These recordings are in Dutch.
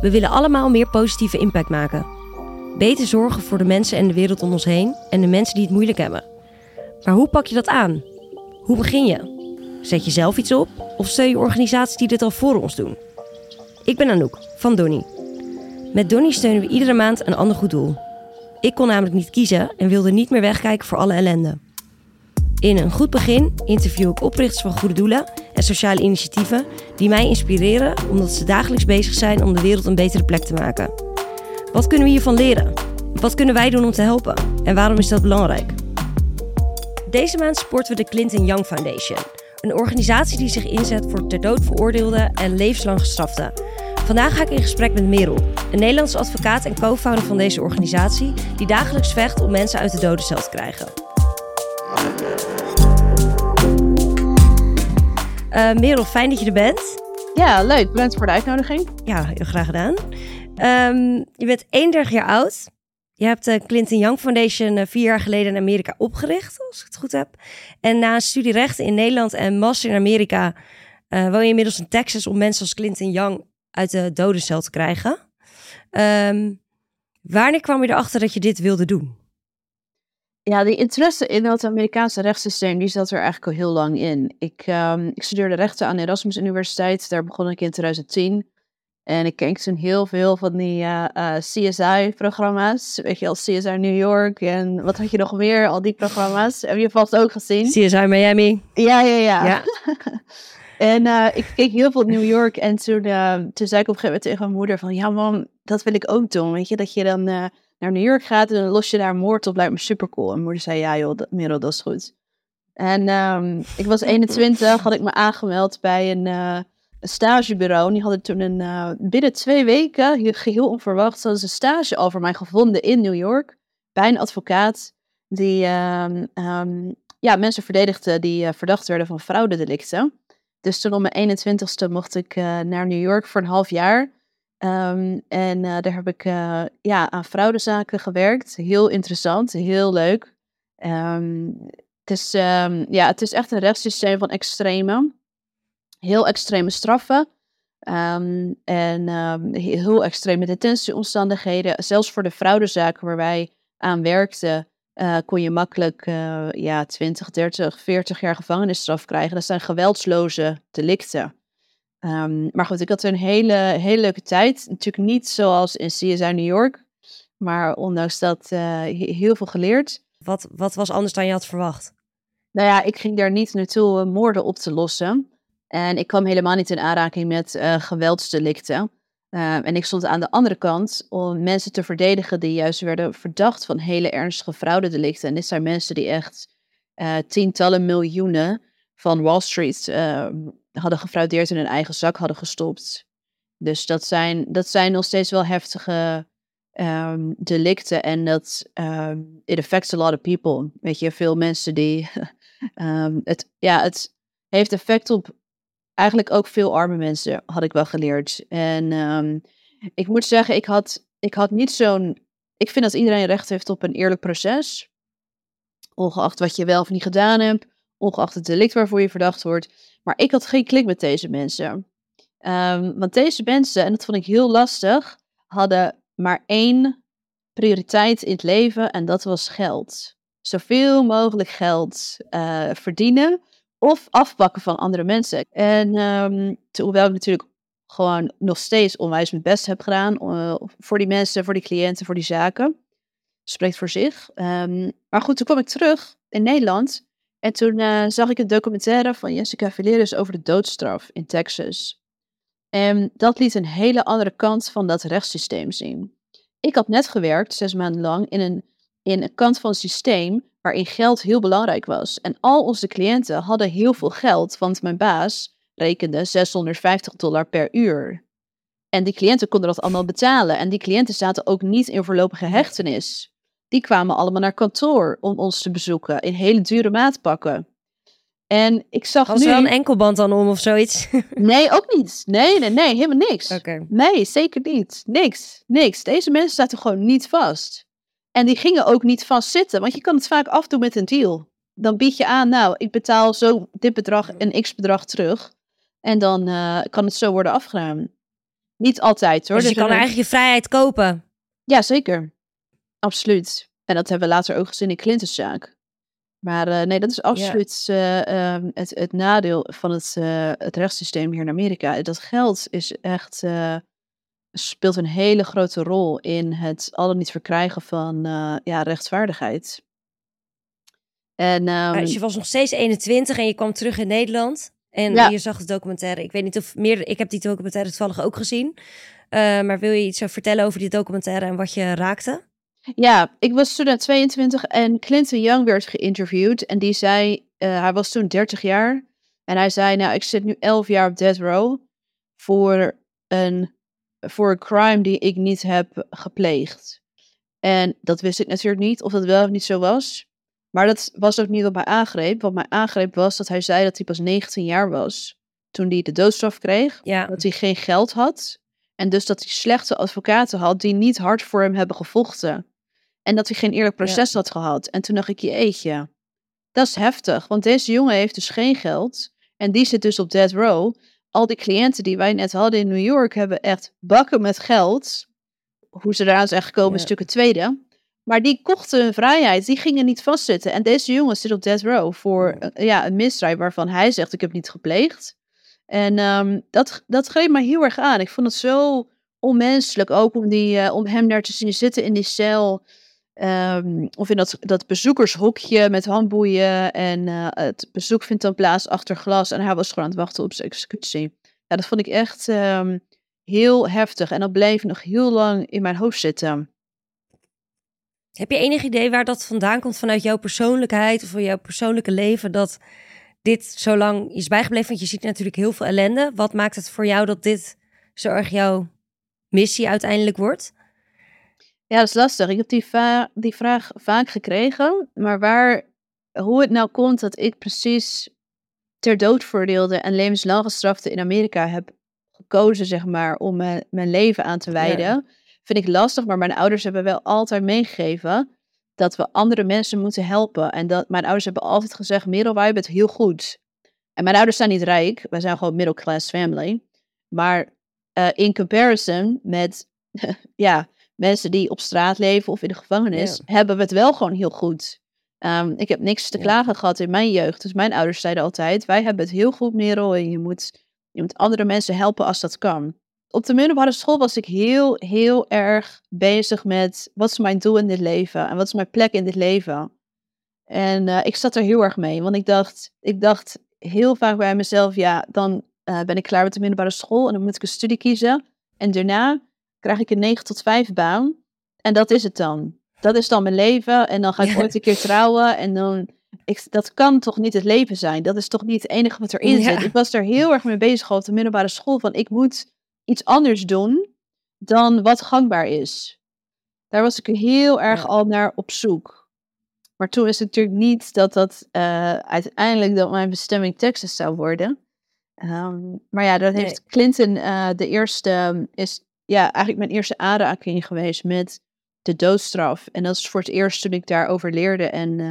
We willen allemaal meer positieve impact maken. Beter zorgen voor de mensen en de wereld om ons heen en de mensen die het moeilijk hebben. Maar hoe pak je dat aan? Hoe begin je? Zet je zelf iets op of steun je organisaties die dit al voor ons doen? Ik ben Anouk van Donnie. Met Donnie steunen we iedere maand een ander goed doel. Ik kon namelijk niet kiezen en wilde niet meer wegkijken voor alle ellende. In Een Goed Begin interview ik oprichters van goede doelen en sociale initiatieven die mij inspireren omdat ze dagelijks bezig zijn om de wereld een betere plek te maken. Wat kunnen we hiervan leren? Wat kunnen wij doen om te helpen? En waarom is dat belangrijk? Deze maand supporten we de Clinton Young Foundation. Een organisatie die zich inzet voor ter dood veroordeelden en levenslang gestraften. Vandaag ga ik in gesprek met Merel, een Nederlandse advocaat en co-founder van deze organisatie die dagelijks vecht om mensen uit de dodencel te krijgen. Merel, fijn dat je er bent. Ja, leuk. Bedankt voor de uitnodiging. Ja, heel graag gedaan. Je bent 31 jaar oud. Je hebt de Clinton Young Foundation 4 jaar geleden in Amerika opgericht, als ik het goed heb. En na een studie rechten in Nederland en master in Amerika woon je inmiddels in Texas om mensen als Clinton Young uit de dodencel te krijgen. Wanneer kwam je erachter dat je dit wilde doen? Ja, die interesse in het Amerikaanse rechtssysteem, die zat er eigenlijk al heel lang in. Ik studeerde rechten aan de Erasmus Universiteit. Daar begon ik in 2010. En ik keek toen heel veel van die CSI-programma's. Weet je al, CSI New York en wat had je nog meer? Al die programma's. Heb je vast ook gezien? CSI Miami. Ja. En ik keek heel veel New York en toen zei ik op een gegeven moment tegen mijn moeder van... Ja mam, dat wil ik ook doen. Weet je, dat je dan naar New York gaat en dan los je daar een moord op. Lijkt me supercool. En mijn moeder zei, ja joh, Merel, dat is goed. En ik was 21, had ik me aangemeld bij een stagebureau. En die hadden toen binnen 2 weken, geheel onverwacht, hadden ze een stage al voor mij gevonden in New York. Bij een advocaat die mensen verdedigde die verdacht werden van fraudedelicten. Dus toen op mijn 21ste mocht ik naar New York voor een half jaar. Daar heb ik aan fraudezaken gewerkt. Heel interessant, heel leuk. Het is echt een rechtssysteem van extreme. Heel extreme straffen. Heel extreme detentieomstandigheden. Zelfs voor de fraudezaken waar wij aan werkten... kon je makkelijk 20, 30, 40 jaar gevangenisstraf krijgen. Dat zijn geweldsloze delicten. Maar goed, ik had een hele leuke tijd. Natuurlijk niet zoals in CSI New York. Maar ondanks dat heel veel geleerd. Wat was anders dan je had verwacht? Nou ja, ik ging daar niet naartoe moorden op te lossen. En ik kwam helemaal niet in aanraking met geweldsdelicten. En ik stond aan de andere kant om mensen te verdedigen die juist werden verdacht van hele ernstige fraudedelicten. En dit zijn mensen die echt tientallen miljoenen van Wall Street hadden gefraudeerd in hun eigen zak hadden gestopt. Dus dat zijn nog steeds wel heftige delicten. En it affects a lot of people. Weet je, veel mensen die... het heeft effect op eigenlijk ook veel arme mensen, had ik wel geleerd. En ik moet zeggen, ik had niet zo'n... Ik vind dat iedereen recht heeft op een eerlijk proces. Ongeacht wat je wel of niet gedaan hebt. Ongeacht het delict waarvoor je verdacht wordt. Maar ik had geen klik met deze mensen. Want deze mensen, en dat vond ik heel lastig, hadden maar 1 prioriteit in het leven. En dat was geld. Zoveel mogelijk geld verdienen. Of afpakken van andere mensen. En hoewel ik natuurlijk gewoon nog steeds onwijs mijn best heb gedaan. Voor die mensen, voor die cliënten, voor die zaken. Spreekt voor zich. Maar goed, toen kwam ik terug in Nederland. En toen zag ik een documentaire van Jessica Villeres over de doodstraf in Texas. En dat liet een hele andere kant van dat rechtssysteem zien. Ik had net gewerkt, 6 maanden lang, in een kant van het systeem waarin geld heel belangrijk was. En al onze cliënten hadden heel veel geld, want mijn baas rekende $650 per uur. En die cliënten konden dat allemaal betalen. En die cliënten zaten ook niet in voorlopige hechtenis. Die kwamen allemaal naar kantoor om ons te bezoeken in hele dure maatpakken. En ik zag Was er wel een enkelband dan om of zoiets? Nee, ook niet. Nee, helemaal niks. Okay. Nee, zeker niet. Niks. Deze mensen zaten gewoon niet vast. En die gingen ook niet vast zitten, want je kan het vaak afdoen met een deal. Dan bied je aan, nou, ik betaal zo dit bedrag en x bedrag terug. En dan kan het zo worden afgedaan. Niet altijd hoor. Dus je kan eigenlijk je vrijheid kopen. Ja, zeker. Absoluut. En dat hebben we later ook gezien in Clintons zaak. Maar nee, dat is absoluut het nadeel van het rechtssysteem hier in Amerika. Dat geld is echt, speelt een hele grote rol in het al dan niet verkrijgen van rechtvaardigheid. En, Dus je was nog steeds 21 en je kwam terug in Nederland. En je zag de documentaire. Ik weet niet of meer. Ik heb die documentaire toevallig ook gezien. Maar wil je iets vertellen over die documentaire en wat je raakte? Ja, ik was toen 22 en Clinton Young werd geïnterviewd. En die zei, hij was toen 30 jaar. En hij zei, nou, ik zit nu 11 jaar op death row voor een crime die ik niet heb gepleegd. En dat wist ik natuurlijk niet, of dat wel of niet zo was. Maar dat was ook niet wat mij aangreep. Wat mij aangreep was dat hij zei dat hij pas 19 jaar was toen hij de doodstraf kreeg. Ja. Dat hij geen geld had. En dus dat hij slechte advocaten had die niet hard voor hem hebben gevochten. En dat hij geen eerlijk proces had gehad. En toen dacht ik, jeetje, dat is heftig. Want deze jongen heeft dus geen geld. En die zit dus op death row. Al die cliënten die wij net hadden in New York hebben echt bakken met geld. Hoe ze eraan zijn gekomen is natuurlijk het tweede. Maar die kochten hun vrijheid. Die gingen niet vastzitten. En deze jongen zit op death row voor een misdrijf waarvan hij zegt, ik heb niet gepleegd. En dat greep me heel erg aan. Ik vond het zo onmenselijk ook om hem daar te zien zitten in die cel. Of in dat bezoekershokje met handboeien. En het bezoek vindt dan plaats achter glas. En hij was gewoon aan het wachten op zijn executie. Ja, dat vond ik echt heel heftig. En dat bleef nog heel lang in mijn hoofd zitten. Heb je enig idee waar dat vandaan komt vanuit jouw persoonlijkheid of van jouw persoonlijke leven, dat dit zo lang is bijgebleven? Want je ziet natuurlijk heel veel ellende. Wat maakt het voor jou dat dit zo erg jouw missie uiteindelijk wordt? Ja, dat is lastig. Ik heb die vraag vaak gekregen. Maar hoe het nou komt dat ik precies ter dood veroordeelde en levenslang gestrafte in Amerika heb gekozen, zeg maar, om mijn leven aan te wijden, vind ik lastig. Maar mijn ouders hebben wel altijd meegegeven dat we andere mensen moeten helpen. En dat mijn ouders hebben altijd gezegd, Merel, wij hebben het heel goed. En mijn ouders zijn niet rijk. Wij zijn gewoon middle class family. Maar in comparison met mensen die op straat leven of in de gevangenis, hebben we het wel gewoon heel goed. Ik heb niks te klagen gehad in mijn jeugd. Dus mijn ouders zeiden altijd, wij hebben het heel goed, Merel. En je moet andere mensen helpen als dat kan. Op de middelbare school was ik heel, heel erg bezig met, wat is mijn doel in dit leven? En wat is mijn plek in dit leven? En ik zat er heel erg mee. Want ik dacht heel vaak bij mezelf, dan ben ik klaar met de middelbare school en dan moet ik een studie kiezen. En daarna krijg ik een 9-tot-5 baan. En dat is het dan. Dat is dan mijn leven. En dan ga ik ooit een keer trouwen. En dan, dat kan toch niet het leven zijn? Dat is toch niet het enige wat erin zit? Ik was er heel erg mee bezig op de middelbare school. Van ik moet iets anders doen dan wat gangbaar is. Daar was ik heel erg al naar op zoek. Maar toen is het natuurlijk niet dat uiteindelijk dat mijn bestemming Texas zou worden. Maar ja, dat heeft Clinton de eerste, is eigenlijk mijn eerste aanraking geweest met de doodstraf. En dat is voor het eerst toen ik daarover leerde.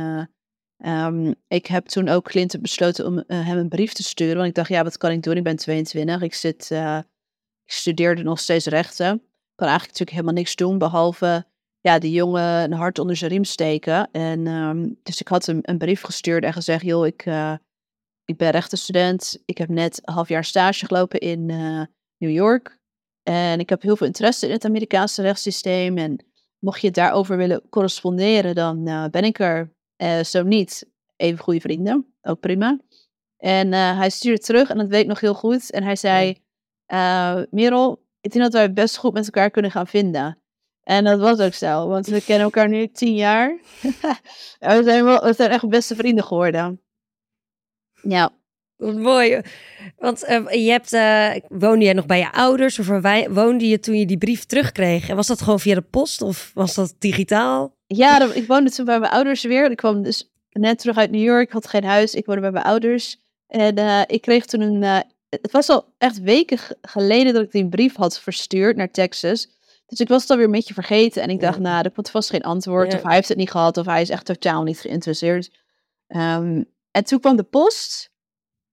En ik heb toen ook Clinton besloten om hem een brief te sturen. Want ik dacht, wat kan ik doen? Ik ben 22. Ik studeerde nog steeds rechten. Ik kan eigenlijk natuurlijk helemaal niks doen, behalve die jongen een hart onder zijn riem steken. En dus ik had hem een brief gestuurd en gezegd, joh, ik ben rechtenstudent. Ik heb net een half jaar stage gelopen in New York. En ik heb heel veel interesse in het Amerikaanse rechtssysteem. En mocht je daarover willen corresponderen, dan ben ik er. Zo niet, even goede vrienden. Ook prima. En hij stuurde terug en dat weet ik nog heel goed. En hij zei, Merel, ik denk dat wij het best goed met elkaar kunnen gaan vinden. En dat was ook zo, want we kennen elkaar nu 10 jaar. En we zijn echt beste vrienden geworden. Ja. Wat mooi. Want woonde jij nog bij je ouders? Of woonde je toen je die brief terugkreeg? En was dat gewoon via de post of was dat digitaal? Ja, ik woonde toen bij mijn ouders weer. Ik kwam dus net terug uit New York. Ik had geen huis. Ik woonde bij mijn ouders. En ik kreeg toen het was al echt weken geleden dat ik die brief had verstuurd naar Texas. Dus ik was het alweer een beetje vergeten. En ik dacht, er komt vast geen antwoord. Of hij heeft het niet gehad. Of hij is echt totaal niet geïnteresseerd. En toen kwam de post.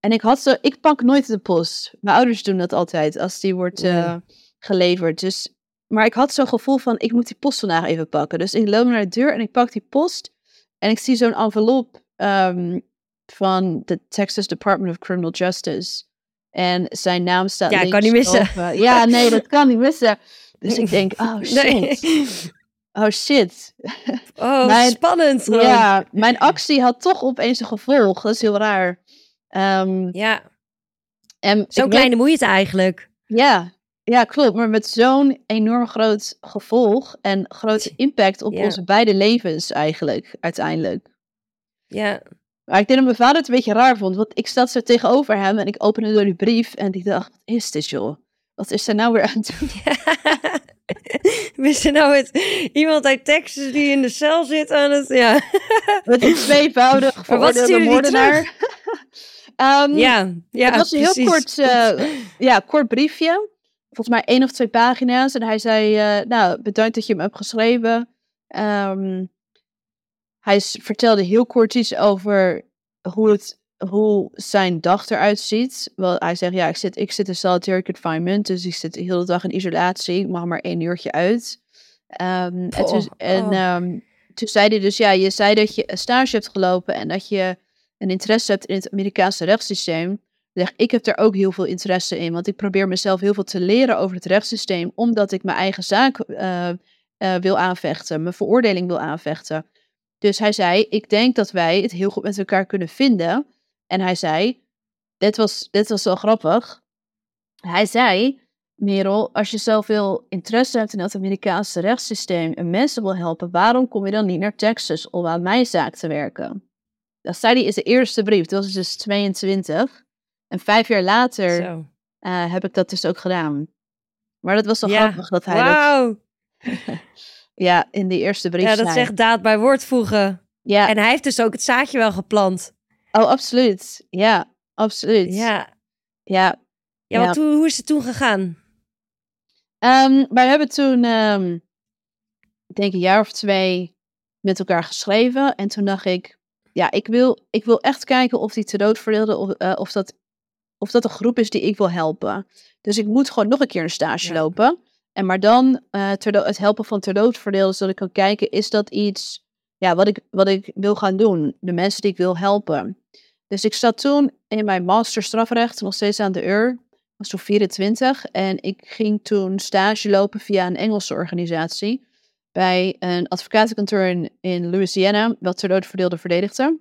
En ik pak nooit de post. Mijn ouders doen dat altijd als die wordt geleverd. Dus, maar ik had zo'n gevoel van, ik moet die post vandaag even pakken. Dus ik loop naar de deur en ik pak die post. En ik zie zo'n envelop van de Texas Department of Criminal Justice. En zijn naam staat links kan niet missen. boven. Ja, nee, dat kan niet missen. Dus ik denk, oh shit. Nee. Oh shit. Oh, spannend gewoon. Ja, mijn actie had toch opeens een gevolg. Dat is heel raar. Ja, En zo kleine moeite eigenlijk. Ja, klopt. Maar met zo'n enorm groot gevolg en grote impact op onze beide levens eigenlijk, uiteindelijk. Ja. Maar ik denk dat mijn vader het een beetje raar vond, want ik zat zo tegenover hem en ik opende door die brief en die dacht, wat is dit joh? Wat is er nou weer aan het doen? Wist je nou met iemand uit Texas die in de cel zit aan het... Ja. Met een tweevoudig veroordeelde moordenaar. Het was een heel kort briefje. Volgens mij 1 of 2 pagina's. En hij zei, bedankt dat je me hebt geschreven. Hij vertelde heel kort iets over hoe zijn dag eruit ziet. Wel, hij zegt, ja, ik zit in solitary confinement. Dus ik zit de hele dag in isolatie. Ik mag maar 1 uurtje uit. Toen zei hij dus, ja, je zei dat je een stage hebt gelopen en dat je een interesse hebt in het Amerikaanse rechtssysteem. Ik heb er ook heel veel interesse in, want ik probeer mezelf heel veel te leren over het rechtssysteem, omdat ik mijn eigen zaak wil aanvechten, mijn veroordeling wil aanvechten. Dus hij zei, ik denk dat wij het heel goed met elkaar kunnen vinden. En hij zei, dit was wel grappig. Hij zei, Merel, als je zoveel interesse hebt in het Amerikaanse rechtssysteem en mensen wil helpen, waarom kom je dan niet naar Texas om aan mijn zaak te werken? Dat zei hij in zijn eerste brief, dat was dus 22. En 5 jaar later heb ik dat dus ook gedaan. Maar dat was wel grappig dat hij dat... Ja, in die eerste brief dat zegt daad bij woord voegen. Ja. En hij heeft dus ook het zaadje wel geplant. Oh, absoluut. Ja, absoluut. Ja, want hoe is het toen gegaan? Wij hebben toen, ik denk 1 jaar of 2 met elkaar geschreven. En toen dacht ik, ja, ik wil echt kijken of die ter dood veroordeelde, of dat een groep is die ik wil helpen. Dus ik moet gewoon nog een keer een stage lopen. Maar dan het helpen van ter dood veroordeelden, zodat ik kan kijken, is dat iets wat ik wil gaan doen? De mensen die ik wil helpen. Dus ik zat toen in mijn master strafrecht, nog steeds aan de UR. Ik was toen 24 en ik ging toen stage lopen via een Engelse organisatie bij een advocatenkantoor in Louisiana, wat ter dood veroordeelden verdedigde.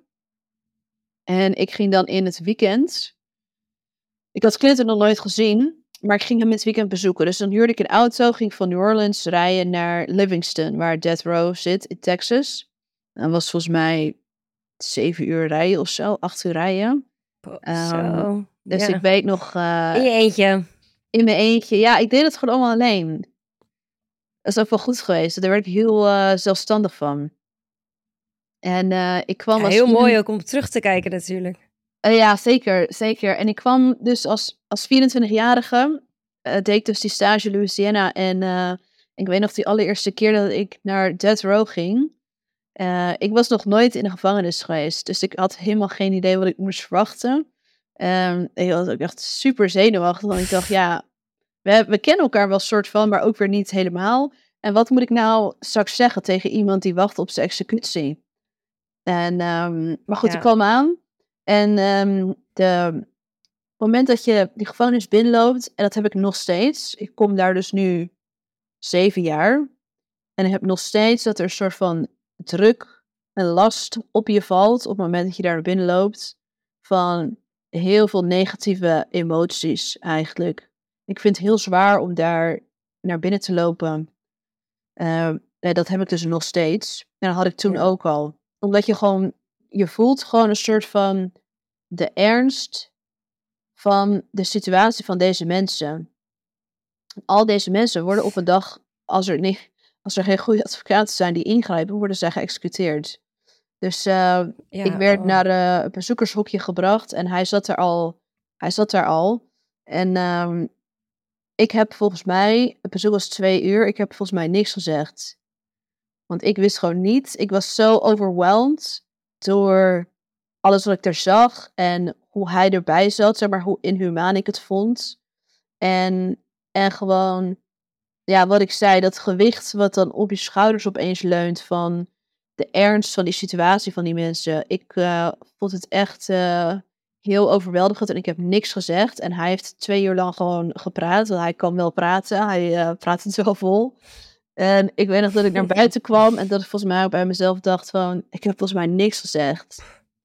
En ik ging dan in het weekend. Ik had Clinton nog nooit gezien, maar ik ging hem in het weekend bezoeken. Dus dan huurde ik een auto, ging van New Orleans rijden naar Livingston, waar Death Row zit in Texas. Dat was volgens mij 7 uur rijden of zo, 8 uur rijden. Dus ik weet nog... in je eentje? In mijn eentje. Ja, ik deed het gewoon allemaal alleen. Dat is ook wel goed geweest. Daar werd ik heel zelfstandig van. En ik kwam heel mooi ook om terug te kijken natuurlijk. Ja, zeker, zeker. En ik kwam dus als 24-jarige, deed ik dus die stage in Louisiana. En ik weet nog die allereerste keer dat ik naar Death Row ging. Ik was nog nooit in een gevangenis geweest. Dus ik had helemaal geen idee wat ik moest verwachten. Ik was ook echt super zenuwachtig. Want ik dacht, ja, we kennen elkaar wel soort van, maar ook weer niet helemaal. En wat moet ik nou straks zeggen tegen iemand die wacht op zijn executie? Maar goed, ik kwam aan. En het moment dat je die gevangenis binnenloopt, en dat heb ik nog steeds. Ik kom daar dus nu 7 jaar. En ik heb nog steeds dat er een soort van druk en last op je valt op het moment dat je daar binnen loopt. Van heel veel negatieve emoties eigenlijk. Ik vind het heel zwaar om daar naar binnen te lopen. Dat heb ik dus nog steeds. En dat had ik toen ook al. Omdat je voelt gewoon een soort van de ernst van de situatie van deze mensen. Al deze mensen worden op een dag, als er geen goede advocaten zijn die ingrijpen, worden zij geëxecuteerd. Dus ik werd naar een bezoekershokje gebracht en hij zat daar al. En ik heb volgens mij, het bezoek was 2 uur, ik heb volgens mij niks gezegd. Want ik wist gewoon niet, ik was zo overwhelmed door alles wat ik er zag en hoe hij erbij zat, zeg maar, hoe inhumaan ik het vond. En gewoon, ja, wat ik zei, dat gewicht wat dan op je schouders opeens leunt van de ernst van die situatie van die mensen. Ik vond het echt heel overweldigend en ik heb niks gezegd. En hij heeft 2 uur lang gewoon gepraat, want hij kan wel praten. Hij praat het wel vol. En ik weet nog dat ik naar buiten kwam en dat ik volgens mij ook bij mezelf dacht van, ik heb volgens mij niks gezegd.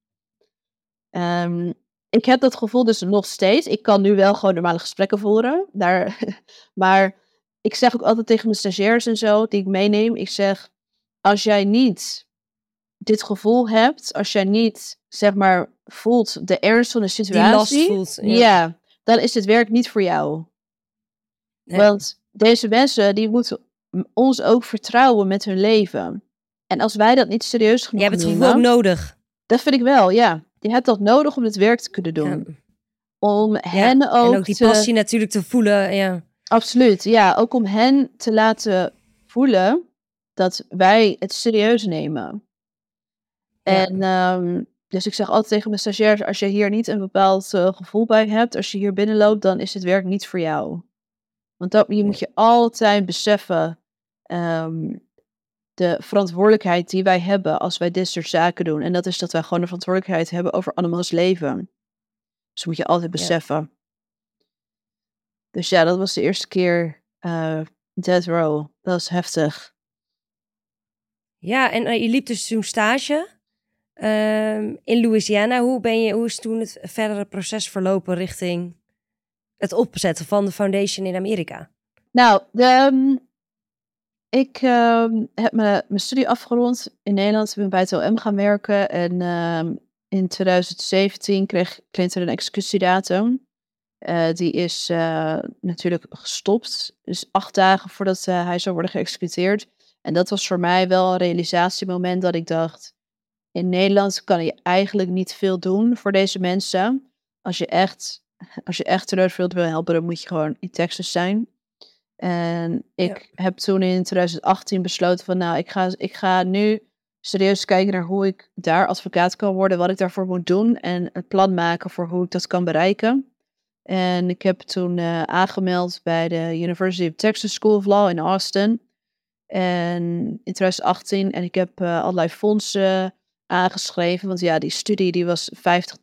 Ik heb dat gevoel dus nog steeds. Ik kan nu wel gewoon normale gesprekken voeren. Maar ik zeg ook altijd tegen mijn stagiairs en zo, die ik meeneem. Ik zeg, als jij niet dit gevoel hebt, als jij niet, zeg maar, voelt de ernst van de situatie. Die last voelt. Ja, dan is dit werk niet voor jou. Nee. Want deze mensen, die moeten ons ook vertrouwen met hun leven. En als wij dat niet serieus genoeg nemen... Je hebt het gevoel ook nodig. Dat vind ik wel, ja. Je hebt dat nodig om het werk te kunnen doen. Ja. Om hen ook... En ook die passie natuurlijk te voelen, ja. Absoluut, ja. Ook om hen te laten voelen dat wij het serieus nemen. Ja. En dus ik zeg altijd tegen mijn stagiairs, als je hier niet een bepaald gevoel bij hebt, als je hier binnenloopt, dan is het werk niet voor jou. Want je moet je altijd beseffen de verantwoordelijkheid die wij hebben als wij dit soort zaken doen. En dat is dat wij gewoon de verantwoordelijkheid hebben over andermans leven. Dus dat moet je altijd beseffen. Ja. Dus ja, dat was de eerste keer Death Row. Dat was heftig. Ja, en je liep dus toen stage in Louisiana. Hoe is toen het verdere proces verlopen richting het opzetten van de foundation in Amerika? Nou, ik heb mijn studie afgerond in Nederland. Ik ben bij het OM gaan werken. En in 2017 kreeg Clinton een executiedatum. Die is natuurlijk gestopt. Dus 8 dagen voordat hij zou worden geëxecuteerd. En dat was voor mij wel een realisatiemoment dat ik dacht... In Nederland kan je eigenlijk niet veel doen voor deze mensen. Als je echt terreurveld wil helpen, dan moet je gewoon in Texas zijn. En ik heb toen in 2018 besloten van, nou, ik ga nu serieus kijken naar hoe ik daar advocaat kan worden, wat ik daarvoor moet doen en een plan maken voor hoe ik dat kan bereiken. En ik heb toen aangemeld bij de University of Texas School of Law in Austin. En in 2018, en ik heb allerlei fondsen aangeschreven, want ja, die studie die was $50.000.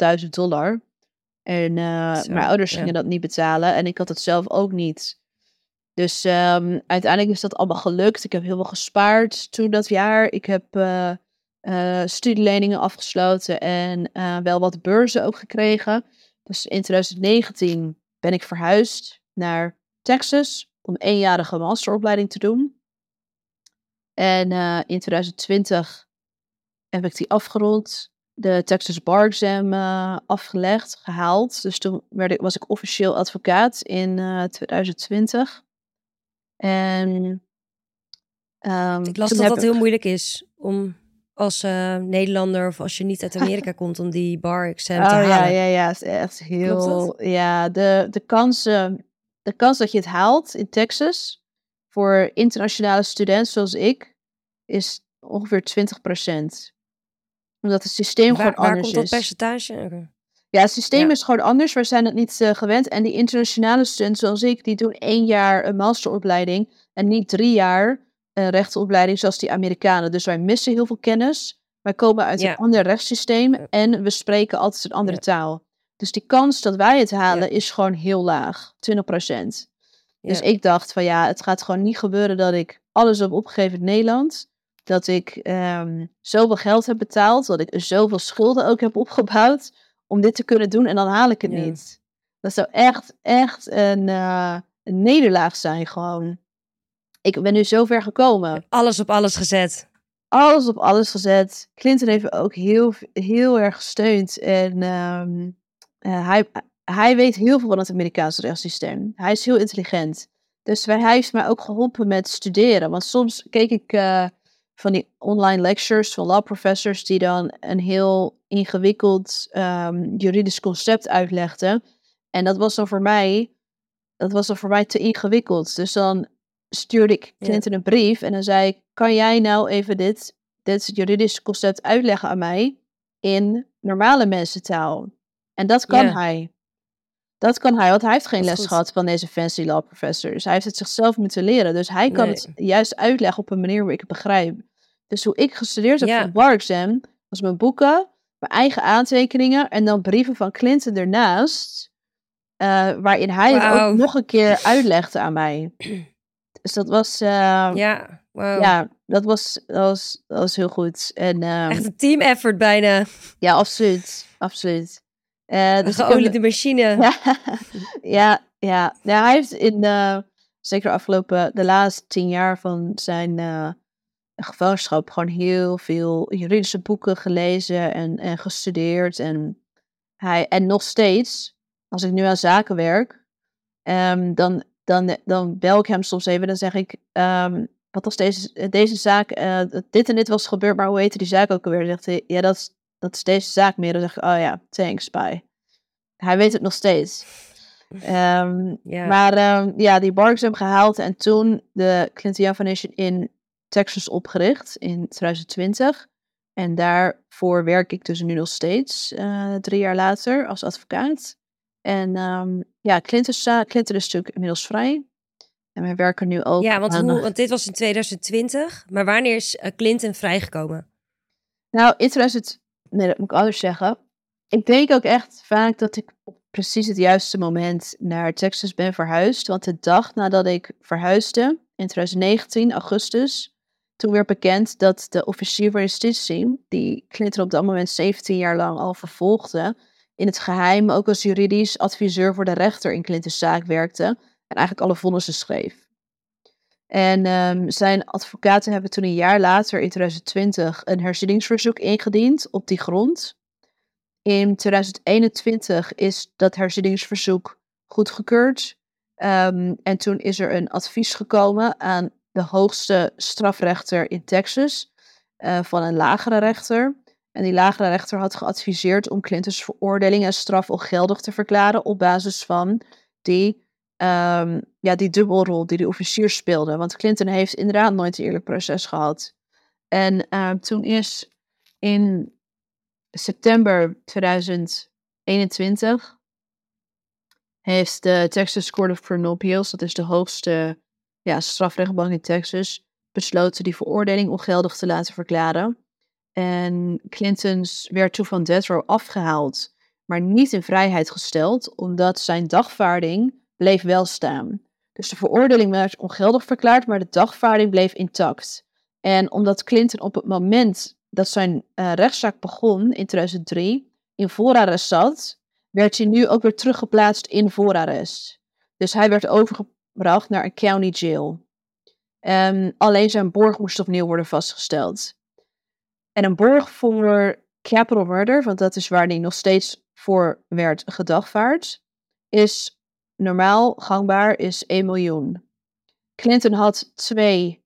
En mijn ouders gingen dat niet betalen en ik had het zelf ook niet. Dus uiteindelijk is dat allemaal gelukt. Ik heb heel veel gespaard toen dat jaar. Ik heb studieleningen afgesloten en wel wat beurzen ook gekregen. Dus in 2019 ben ik verhuisd naar Texas om 1-jarige masteropleiding te doen. En in 2020 heb ik die afgerond. De Texas Bar Exam gehaald. Dus toen was ik officieel advocaat in 2020. En ik las dat heel moeilijk is om als Nederlander of als je niet uit Amerika komt om die bar exam te halen. Ja, het is echt heel... Ja, de kans dat je het haalt in Texas voor internationale studenten zoals ik is ongeveer 20%. Omdat het systeem gewoon anders is. Waar komt dat percentage? Okay. Ja, het systeem is gewoon anders. We zijn het niet gewend. En die internationale studenten zoals ik, die doen 1 jaar een masteropleiding en niet 3 jaar een rechtenopleiding zoals die Amerikanen. Dus wij missen heel veel kennis. Wij komen uit een ander rechtssysteem en we spreken altijd een andere taal. Dus die kans dat wij het halen is gewoon heel laag. 20%. Dus ik dacht van het gaat gewoon niet gebeuren dat ik alles heb opgegeven in Nederland. Dat ik zoveel geld heb betaald. Dat ik zoveel schulden ook heb opgebouwd. Om dit te kunnen doen en dan haal ik het niet. Dat zou echt een nederlaag zijn gewoon. Ik ben nu zo ver gekomen. Alles op alles gezet. Alles op alles gezet. Clinton heeft me ook heel erg gesteund. En hij weet heel veel van het Amerikaanse rechtssysteem. Hij is heel intelligent. Dus hij heeft mij ook geholpen met studeren. Want soms keek ik van die online lectures van law professors die dan een heel ingewikkeld juridisch concept uitlegden. En dat was dan voor mij te ingewikkeld. Dus dan stuurde ik Clinton een brief en dan zei ik, kan jij nou even dit juridische concept uitleggen aan mij? in normale mensentaal. En dat kan hij. Dat kan hij, want hij heeft geen les gehad van deze fancy law professors. Hij heeft het zichzelf moeten leren. Dus hij kan het juist uitleggen op een manier waar ik het begrijp. Dus hoe ik gestudeerd heb voor bar exam, was mijn boeken, mijn eigen aantekeningen en dan brieven van Clinton ernaast, waarin hij het ook nog een keer uitlegde aan mij. Dus dat was... dat was heel goed. En, echt een team effort bijna. Ja, absoluut. Dus geoliede machine. Ja, hij heeft zeker de laatste 10 jaar van zijn gevangenschap gewoon heel veel juridische boeken gelezen en gestudeerd. En nog steeds, als ik nu aan zaken werk, dan bel ik hem soms even en dan zeg ik, wat was deze zaak, dit en dit was gebeurd, maar hoe heette die zaak ook alweer? Dan zegt hij, ja, dat is deze zaak meer. Dan zeg ik, oh ja, thanks, bye. Hij weet het nog steeds. Maar die bar exam gehaald en toen de Clinton Young Foundation in Texas opgericht in 2020. En daarvoor werk ik dus nu nog steeds, 3 jaar later, als advocaat. En Clinton is natuurlijk inmiddels vrij. En wij werken nu ook... Ja, want dit was in 2020. Maar wanneer is Clinton vrijgekomen? Nou, nee, dat moet ik anders zeggen. Ik denk ook echt vaak dat ik op precies het juiste moment naar Texas ben verhuisd. Want de dag nadat ik verhuisde, in 2019, augustus, toen werd bekend dat de officier van justitie, die Clinton op dat moment 17 jaar lang al vervolgde, in het geheim ook als juridisch adviseur voor de rechter in Clintons zaak werkte en eigenlijk alle vonnissen schreef. En zijn advocaten hebben toen een jaar later, in 2020, een herzieningsverzoek ingediend op die grond. In 2021 is dat herzieningsverzoek goedgekeurd. En toen is er een advies gekomen aan de hoogste strafrechter in Texas van een lagere rechter. En die lagere rechter had geadviseerd om Clintons veroordeling en straf ongeldig te verklaren op basis van die dubbelrol die de officier speelde. Want Clinton heeft inderdaad nooit een eerlijk proces gehad. En toen is in september 2021 heeft de Texas Court of Criminal Appeals, dat is de hoogste strafrechtbank in Texas, besloten die veroordeling ongeldig te laten verklaren. En Clintons werd toen van death row afgehaald, maar niet in vrijheid gesteld, omdat zijn dagvaarding bleef wel staan. Dus de veroordeling werd ongeldig verklaard, maar de dagvaarding bleef intact. En omdat Clinton op het moment dat zijn rechtszaak begon in 2003 in voorarrest zat, werd hij nu ook weer teruggeplaatst in voorarrest. Dus hij werd overgebracht naar een county jail. Alleen zijn borg moest opnieuw worden vastgesteld. En een borg voor capital murder, want dat is waar hij nog steeds voor werd gedagvaard, is normaal gangbaar is 1 miljoen. Clinton had 2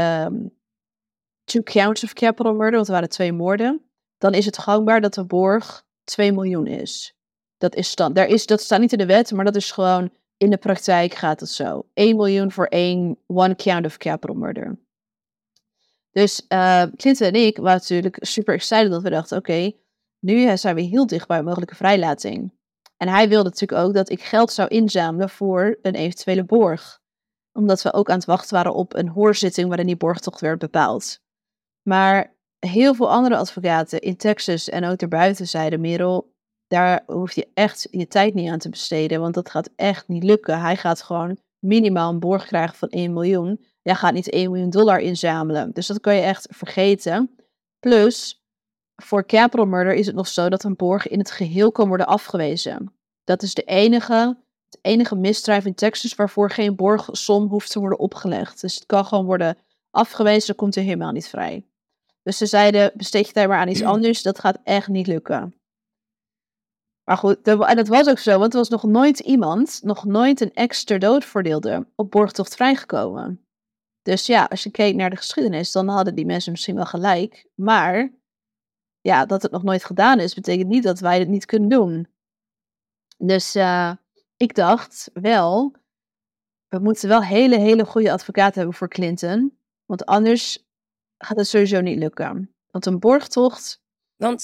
counts of capital murder, want er waren 2 moorden. Dan is het gangbaar dat de borg 2 miljoen is. Dat is dat staat niet in de wet, maar dat is gewoon in de praktijk gaat het zo. 1 miljoen voor one count of capital murder. Dus Clinton en ik waren natuurlijk super excited dat we dachten, oké, nu zijn we heel dicht bij een mogelijke vrijlating. En hij wilde natuurlijk ook dat ik geld zou inzamelen voor een eventuele borg. Omdat we ook aan het wachten waren op een hoorzitting waarin die borgtocht werd bepaald. Maar heel veel andere advocaten in Texas en ook daarbuiten zeiden, Merel, daar hoef je echt je tijd niet aan te besteden, want dat gaat echt niet lukken. Hij gaat gewoon minimaal een borg krijgen van 1 miljoen. Jij gaat niet $1 miljoen inzamelen. Dus dat kan je echt vergeten. Plus, voor capital murder is het nog zo dat een borg in het geheel kan worden afgewezen. Dat is het enige misdrijf in Texas waarvoor geen borgsom hoeft te worden opgelegd. Dus het kan gewoon worden afgewezen, dan komt hij helemaal niet vrij. Dus ze zeiden, besteed je tijd maar aan iets anders, dat gaat echt niet lukken. Maar goed, en dat was ook zo, want er was nog nooit een ex-ter dood veroordeelde op borgtocht vrijgekomen. Dus ja, als je keek naar de geschiedenis, dan hadden die mensen misschien wel gelijk. Maar ja, dat het nog nooit gedaan is, betekent niet dat wij het niet kunnen doen. Dus ik dacht wel, we moeten wel hele goede advocaten hebben voor Clinton. Want anders gaat het sowieso niet lukken. Want een borgtocht...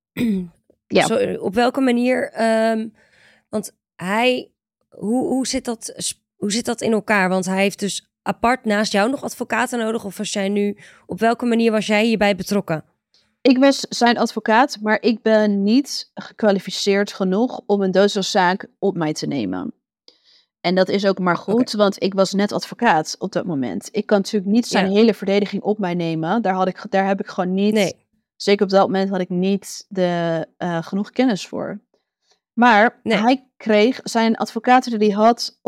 Ja. Op welke manier? Want hoe zit dat in elkaar? Want hij heeft dus apart naast jou nog advocaten nodig? Of op welke manier was jij hierbij betrokken? Ik was zijn advocaat, maar ik ben niet gekwalificeerd genoeg om een doodsoorzaak op mij te nemen. En dat is ook maar goed, want ik was net advocaat op dat moment. Ik kan natuurlijk niet zijn hele verdediging op mij nemen. Daar heb ik gewoon niet... Nee. Zeker op dat moment had ik niet genoeg kennis voor. Maar hij kreeg zijn advocaten die hij had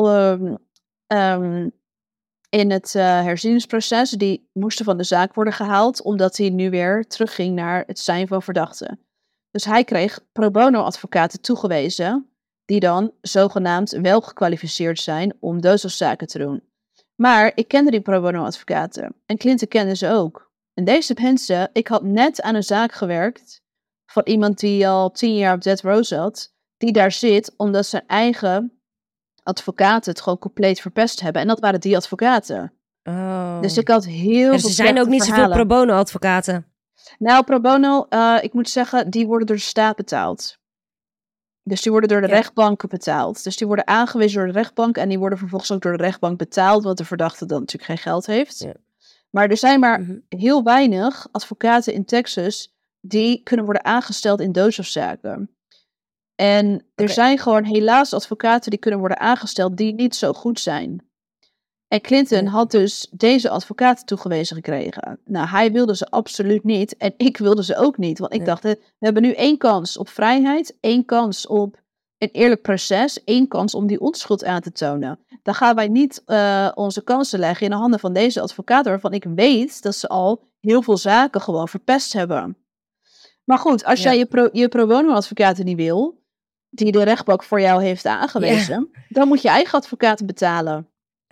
in het herzieningsproces, die moesten van de zaak worden gehaald, omdat hij nu weer terugging naar het zijn van verdachte. Dus hij kreeg pro bono advocaten toegewezen, die dan zogenaamd wel gekwalificeerd zijn om doodszaken te doen. Maar ik kende die pro bono advocaten en Clinton kende ze ook. En deze mensen, ik had net aan een zaak gewerkt van iemand die al 10 jaar op death row zat, die daar zit omdat zijn eigen advocaten het gewoon compleet verpest hebben. En dat waren die advocaten. Oh. Dus ik had heel veel. Ze zijn ook niet zoveel pro bono advocaten. Nou, pro bono, ik moet zeggen, die worden door de staat betaald. Dus die worden door de rechtbanken betaald. Dus die worden aangewezen door de rechtbank en die worden vervolgens ook door de rechtbank betaald, want de verdachte dan natuurlijk geen geld heeft. Ja. Maar er zijn maar heel weinig advocaten in Texas die kunnen worden aangesteld in doodszaken. En er zijn gewoon helaas advocaten die kunnen worden aangesteld die niet zo goed zijn. En Clinton had dus deze advocaten toegewezen gekregen. Nou, hij wilde ze absoluut niet en ik wilde ze ook niet. Want ik dacht, we hebben nu 1 kans op vrijheid, 1 kans op een eerlijk proces, 1 kans om die onschuld aan te tonen. Dan gaan wij niet onze kansen leggen in de handen van deze advocaten, waarvan ik weet dat ze al heel veel zaken gewoon verpest hebben. Maar goed, als jij je pro bono advocaten niet wil, die de rechtbank voor jou heeft aangewezen, dan moet je eigen advocaten betalen.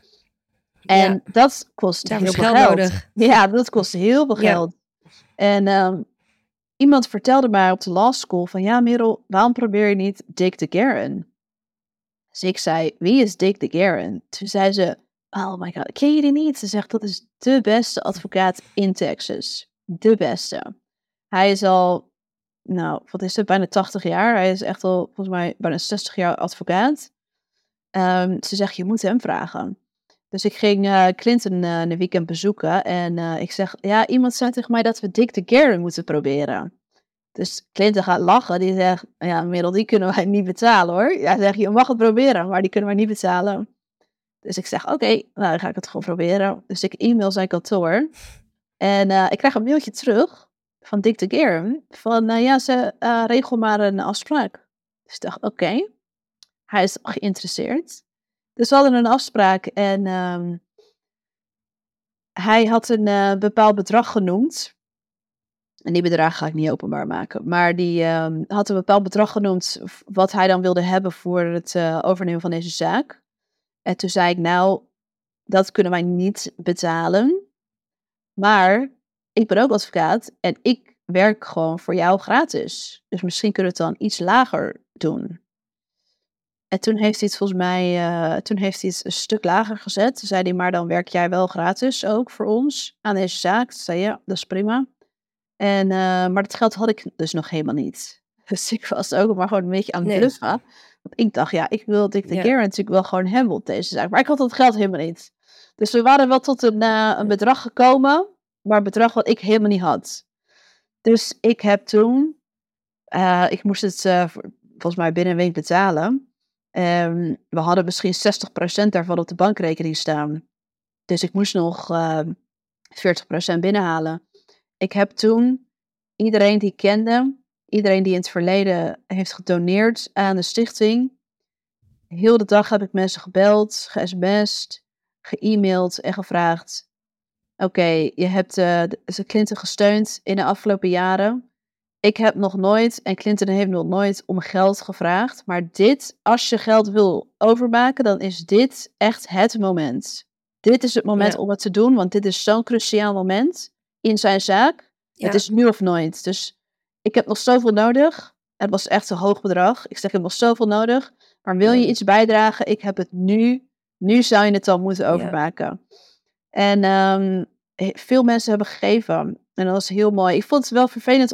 En dat kost heel veel geld. Nodig. Ja, dat kost heel veel geld. En iemand vertelde mij op de law school van, ja Merel, waarom probeer je niet Dick DeGuerin? Dus ik zei, wie is Dick DeGuerin? Toen zei ze, oh my god, ken je die niet? Ze zegt, dat is de beste advocaat in Texas. De beste. Hij is al, nou, wat is het, bijna 80 jaar. Hij is echt al, volgens mij, bijna 60 jaar advocaat. Ze zegt, je moet hem vragen. Dus ik ging Clinton een weekend bezoeken. En ik zeg, ja, iemand zei tegen mij dat we Dick DeGuerin moeten proberen. Dus Clinton gaat lachen. Die zegt, ja, Merel, die kunnen wij niet betalen hoor. Hij zegt, je mag het proberen, maar die kunnen wij niet betalen. Dus ik zeg, oké, nou dan ga ik het gewoon proberen. Dus ik e-mail zijn kantoor. En ik krijg een mailtje terug van Dick DeGuerin. Van, ja, ze regel maar een afspraak. Dus ik dacht, oké. Hij is geïnteresseerd. Dus we hadden een afspraak en hij had een bepaald bedrag genoemd. En die bedrag ga ik niet openbaar maken. Maar die had een bepaald bedrag genoemd wat hij dan wilde hebben voor het overnemen van deze zaak. En toen zei ik, nou, dat kunnen wij niet betalen. Maar ik ben ook advocaat en ik werk gewoon voor jou gratis. Dus misschien kunnen we het dan iets lager doen. En toen heeft hij het volgens mij een stuk lager gezet. Toen zei hij, maar dan werk jij wel gratis ook voor ons aan deze zaak. Toen zei hij, ja, dat is prima. En, maar dat geld had ik dus nog helemaal niet. Dus ik was ook maar gewoon een beetje aan het bluffen. Want ik dacht, ja, ik wil Dick DeGuerin natuurlijk wel gewoon hebben op deze zaak. Maar ik had dat geld helemaal niet. Dus we waren wel tot een bedrag gekomen. Maar een bedrag wat ik helemaal niet had. Dus ik heb toen, ik moest het volgens mij binnen een week betalen. We hadden misschien 60% daarvan op de bankrekening staan. Dus ik moest nog 40% binnenhalen. Ik heb toen iedereen die ik kende, iedereen die in het verleden heeft gedoneerd aan de stichting. Heel de dag heb ik mensen gebeld, ge-sms'd, ge-mailed en gevraagd. Oké, je hebt Clinton gesteund in de afgelopen jaren. Ik heb nog nooit, en Clinton heeft nog nooit om geld gevraagd. Maar dit, als je geld wil overmaken, dan is dit echt het moment. Dit is het moment om het te doen, want dit is zo'n cruciaal moment in zijn zaak. Ja. Het is nu of nooit. Dus ik heb nog zoveel nodig. Het was echt een hoog bedrag. Ik zeg, ik heb nog zoveel nodig. Maar wil je iets bijdragen? Ik heb het nu. Nu zou je het dan moeten overmaken. Ja. En veel mensen hebben gegeven. En dat was heel mooi. Ik vond het wel vervelend om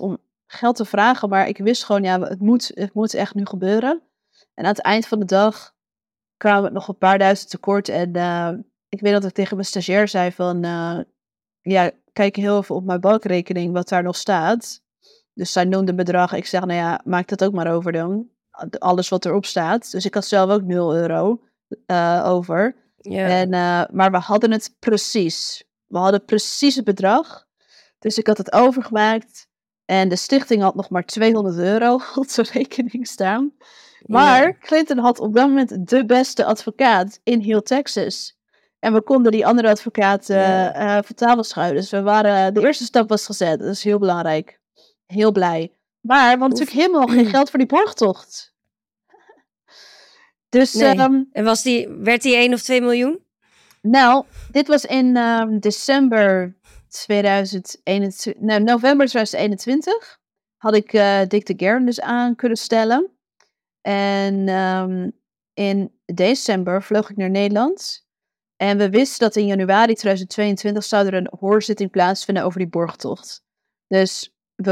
geld te vragen, maar ik wist gewoon, ja, het moet echt nu gebeuren. En aan het eind van de dag kwamen we nog een paar duizend tekort. En ik weet dat ik tegen mijn stagiair zei van, ja, kijk heel even op mijn bankrekening wat daar nog staat. Dus zij noemde een bedrag. Ik zeg, nou ja, maak dat ook maar over dan. Alles wat erop staat. Dus ik had zelf ook €0 over. Ja. Maar we hadden het precies. We hadden precies het bedrag. Dus ik had het overgemaakt. En de stichting had nog maar €200 op de rekening staan. Maar Clinton had op dat moment de beste advocaat in heel Texas. En we konden die andere advocaat van tafel schuiven. Dus de eerste stap was gezet. Dat is heel belangrijk. Heel blij. Maar we hadden natuurlijk helemaal geen geld voor die borgtocht. Dus, Nee. En werd die 1 of 2 miljoen? Nou, dit was in november 2021. Had ik Dick de Guerin dus aan kunnen stellen. En in december vloog ik naar Nederland. En we wisten dat in januari 2022 zou er een hoorzitting plaatsvinden over die borgtocht. Dus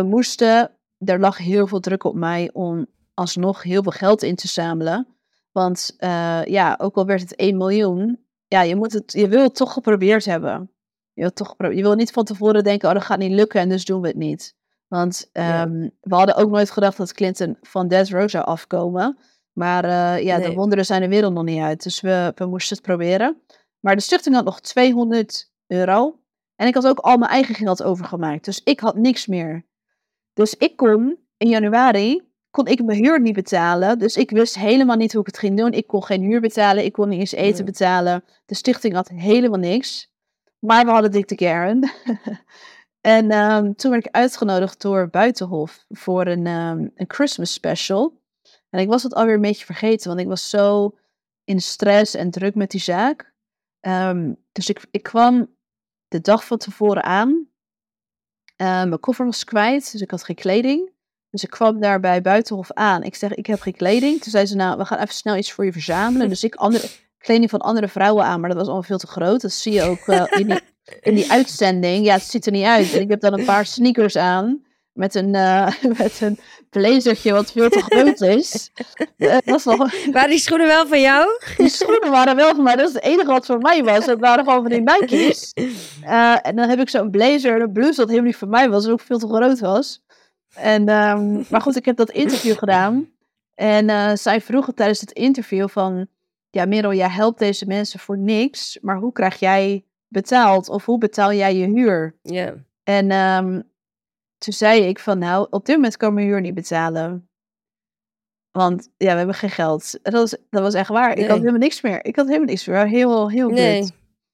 er lag heel veel druk op mij om alsnog heel veel geld in te zamelen. Want ook al werd het 1 miljoen, ja, je wil het toch geprobeerd hebben. Je wil niet van tevoren denken, oh, dat gaat niet lukken en dus doen we het niet. Want we hadden ook nooit gedacht dat Clinton van death row zou afkomen. Maar de wonderen zijn de wereld nog niet uit. Dus we moesten het proberen. Maar de stichting had nog €200. En ik had ook al mijn eigen geld overgemaakt. Dus ik had niks meer. Dus in januari kon ik mijn huur niet betalen. Dus ik wist helemaal niet hoe ik het ging doen. Ik kon geen huur betalen. Ik kon niet eens eten betalen. De stichting had helemaal niks. Maar we hadden Dick de Guerin. En toen werd ik uitgenodigd door Buitenhof voor een Christmas special. En ik was het alweer een beetje vergeten, want ik was zo in stress en druk met die zaak. Dus ik kwam de dag van tevoren aan. Mijn koffer was kwijt, dus ik had geen kleding. Dus ik kwam daar bij Buitenhof aan. Ik zeg, ik heb geen kleding. Toen zei ze, nou, we gaan even snel iets voor je verzamelen. Dus ik kleding van andere vrouwen aan, maar dat was allemaal veel te groot. Dat zie je ook in die uitzending. Ja, het ziet er niet uit. En ik heb dan een paar sneakers aan. Met een blazertje wat veel te groot is. Waren die schoenen wel van jou? Die schoenen waren wel van mij. Dat is het enige wat voor mij was. Dat waren gewoon van die Nike's. En dan heb ik zo'n blazer en een blouse dat helemaal niet voor mij was. En ook veel te groot was. Maar goed, ik heb dat interview gedaan. En zij vroegen tijdens het interview van... Ja, Merel, jij helpt deze mensen voor niks. Maar hoe krijg jij betaald? Of hoe betaal jij je huur? Ja. En toen zei ik van, nou, op dit moment kan ik mijn huur niet betalen. Want ja, we hebben geen geld. Dat was echt waar. Nee. Ik had helemaal niks meer. Heel Nee.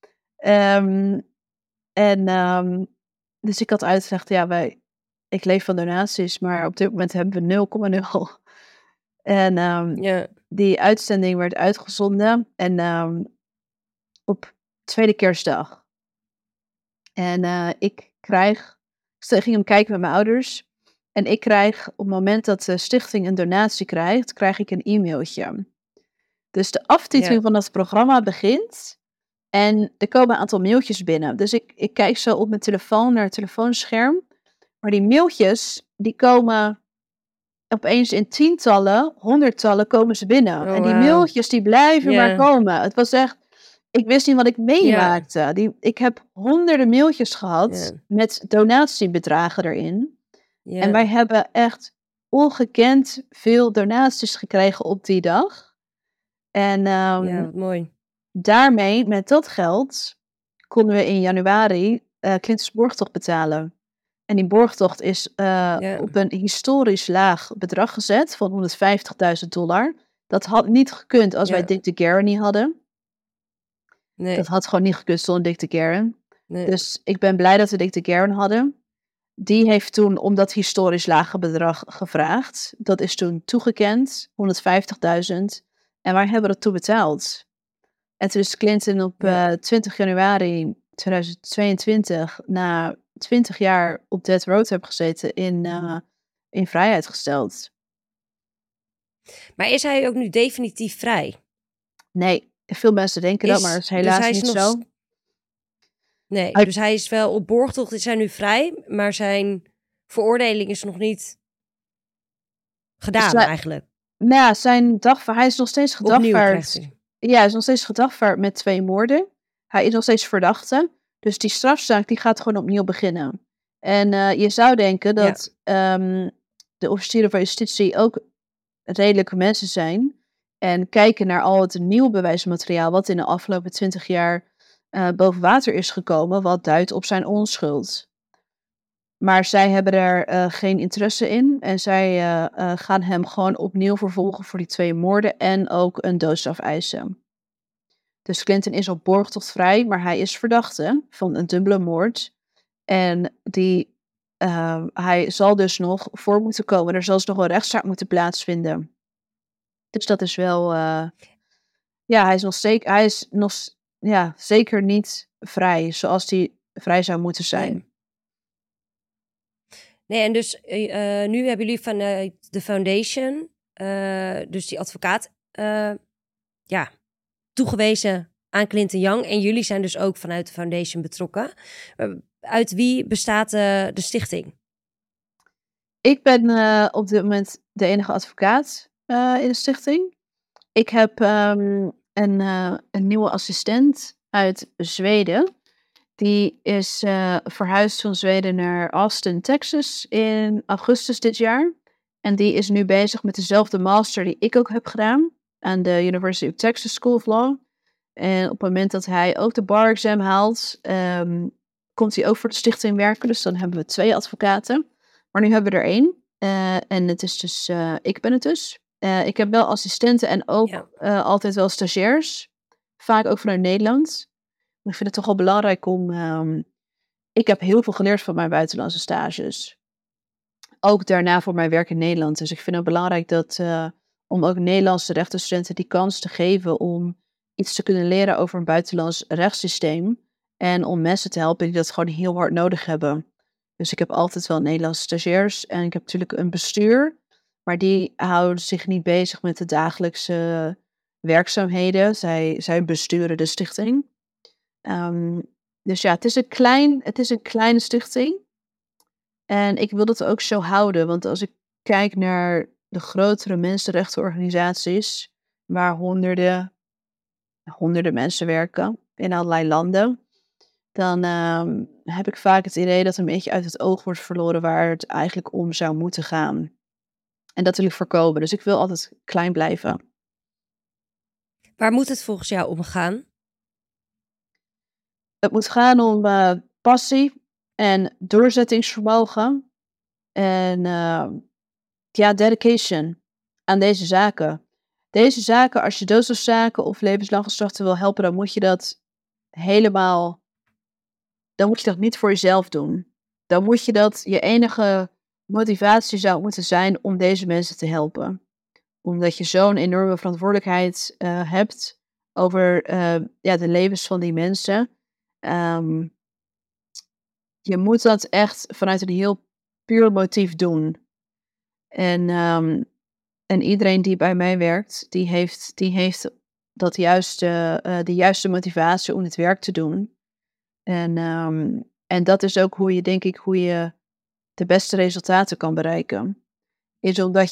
Dus ik had uitgelegd, ja, ik leef van donaties, maar op dit moment hebben we 0,0. En die uitzending werd uitgezonden. En op tweede kerstdag. En ik ging hem kijken met mijn ouders. En ik krijg, op het moment dat de stichting een donatie krijgt, krijg ik een e-mailtje. Dus de aftiteling van dat programma begint. En er komen een aantal mailtjes binnen. Dus ik kijk zo op mijn telefoon naar het telefoonscherm. Maar die mailtjes, die komen opeens in tientallen, honderdtallen komen ze binnen. Oh, en die mailtjes, die blijven maar komen. Het was echt... Ik wist niet wat ik meemaakte. Ik heb honderden mailtjes gehad met donatiebedragen erin. Ja. En wij hebben echt ongekend veel donaties gekregen op die dag. En wat mooi. Daarmee, met dat geld, konden we in januari Clintons borgtocht betalen. En die borgtocht is op een historisch laag bedrag gezet van $150.000. Dat had niet gekund als wij Dick de Guerin niet hadden. Nee. Dat had gewoon niet gekund zonder Dick de Guerin. Nee. Dus ik ben blij dat we Dick de Guerin hadden. Die heeft toen om dat historisch lage bedrag gevraagd. Dat is toen toegekend, $150.000. En wij hebben dat toen betaald. En toen is Clinton op 20 januari 2022, na 20 jaar op death row heb gezeten, in vrijheid gesteld. Maar is hij ook nu definitief vrij? Nee, veel mensen denken dat, maar dat is helaas niet zo. Nee, dus hij is wel op borgtocht, is hij nu vrij, maar zijn veroordeling is nog niet gedaan eigenlijk. Nou ja, hij is nog steeds gedagvaard. Ja, hij is nog steeds gedagvaard met 2 moorden. Hij is nog steeds verdachte. Dus die strafzaak die gaat gewoon opnieuw beginnen. En je zou denken dat de officieren van justitie ook redelijke mensen zijn. En kijken naar al het nieuwe bewijsmateriaal wat in de afgelopen 20 jaar boven water is gekomen. Wat duidt op zijn onschuld. Maar zij hebben er geen interesse in. En zij gaan hem gewoon opnieuw vervolgen voor die 2 moorden. En ook een doodstraf eisen. Dus Clinton is op borgtocht vrij. Maar hij is verdachte van een dubbele moord. En hij zal dus nog voor moeten komen. Er zal dus nog een rechtszaak moeten plaatsvinden. Dus dat is wel... hij is nog zeker niet vrij. Zoals hij vrij zou moeten zijn. Nee, en dus nu hebben jullie vanuit de foundation, dus die advocaat, toegewezen aan Clinton Young. En jullie zijn dus ook vanuit de foundation betrokken. Uit wie bestaat de stichting? Ik ben op dit moment de enige advocaat in de stichting. Ik heb een nieuwe assistent uit Zweden. Die is verhuisd van Zweden naar Austin, Texas in augustus dit jaar. En die is nu bezig met dezelfde master die ik ook heb gedaan aan de University of Texas School of Law. En op het moment dat hij ook de bar exam haalt, komt hij ook voor de stichting werken. Dus dan hebben we 2 advocaten. Maar nu hebben we er 1. En het is dus, ik ben het dus. Ik heb wel assistenten en ook altijd wel stagiairs. Vaak ook vanuit Nederland. Ik vind het toch wel belangrijk om... ik heb heel veel geleerd van mijn buitenlandse stages. Ook daarna voor mijn werk in Nederland. Dus ik vind het belangrijk om ook Nederlandse rechtenstudenten die kans te geven om iets te kunnen leren over een buitenlands rechtssysteem. En om mensen te helpen die dat gewoon heel hard nodig hebben. Dus ik heb altijd wel Nederlandse stagiairs. En ik heb natuurlijk een bestuur. Maar die houden zich niet bezig met de dagelijkse werkzaamheden. Zij besturen de stichting. Dus ja, het is een kleine stichting. En ik wil dat ook zo houden. Want als ik kijk naar de grotere mensenrechtenorganisaties, waar honderden mensen werken in allerlei landen, dan heb ik vaak het idee dat een beetje uit het oog wordt verloren waar het eigenlijk om zou moeten gaan. En dat wil ik voorkomen. Dus ik wil altijd klein blijven. Waar moet het volgens jou om gaan? Het moet gaan om passie en doorzettingsvermogen en dedication aan deze zaken. Deze zaken, als je doodstrafzaken of levenslang geslachten wil helpen, dan moet je dat niet voor jezelf doen. Dan moet je dat je enige motivatie zou moeten zijn om deze mensen te helpen. Omdat je zo'n enorme verantwoordelijkheid hebt over de levens van die mensen. Je moet dat echt vanuit een heel puur motief doen. En iedereen die bij mij werkt, die heeft dat de juiste motivatie om het werk te doen. En dat is ook hoe je de beste resultaten kan bereiken. Is omdat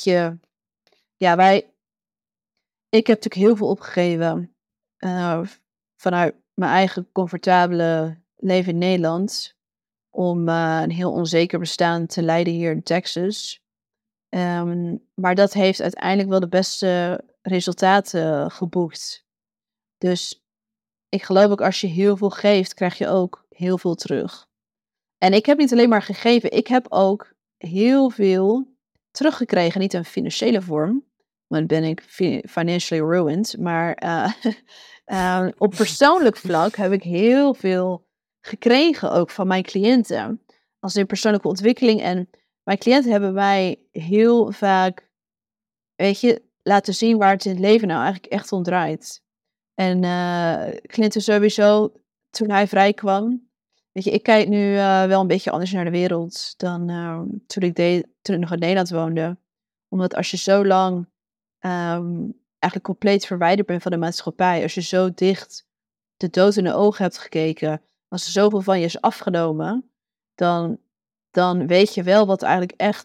ik heb natuurlijk heel veel opgegeven vanuit mijn eigen comfortabele leven in Nederland om een heel onzeker bestaan te leiden hier in Texas. Maar dat heeft uiteindelijk wel de beste resultaten geboekt. Dus ik geloof ook als je heel veel geeft, krijg je ook heel veel terug. En ik heb niet alleen maar gegeven, ik heb ook heel veel teruggekregen. Niet in financiële vorm, want ben ik financially ruined. Maar op persoonlijk vlak heb ik heel veel gekregen ook van mijn cliënten. Als in persoonlijke ontwikkeling. En mijn cliënten hebben mij heel vaak, laten zien waar het in het leven nou eigenlijk echt om draait. En Clinton sowieso, toen hij vrij kwam. Ik kijk nu wel een beetje anders naar de wereld dan toen ik nog in Nederland woonde. Omdat als je zo lang eigenlijk compleet verwijderd bent van de maatschappij. Als je zo dicht de dood in de ogen hebt gekeken. Als er zoveel van je is afgenomen. Dan weet je wel wat eigenlijk echt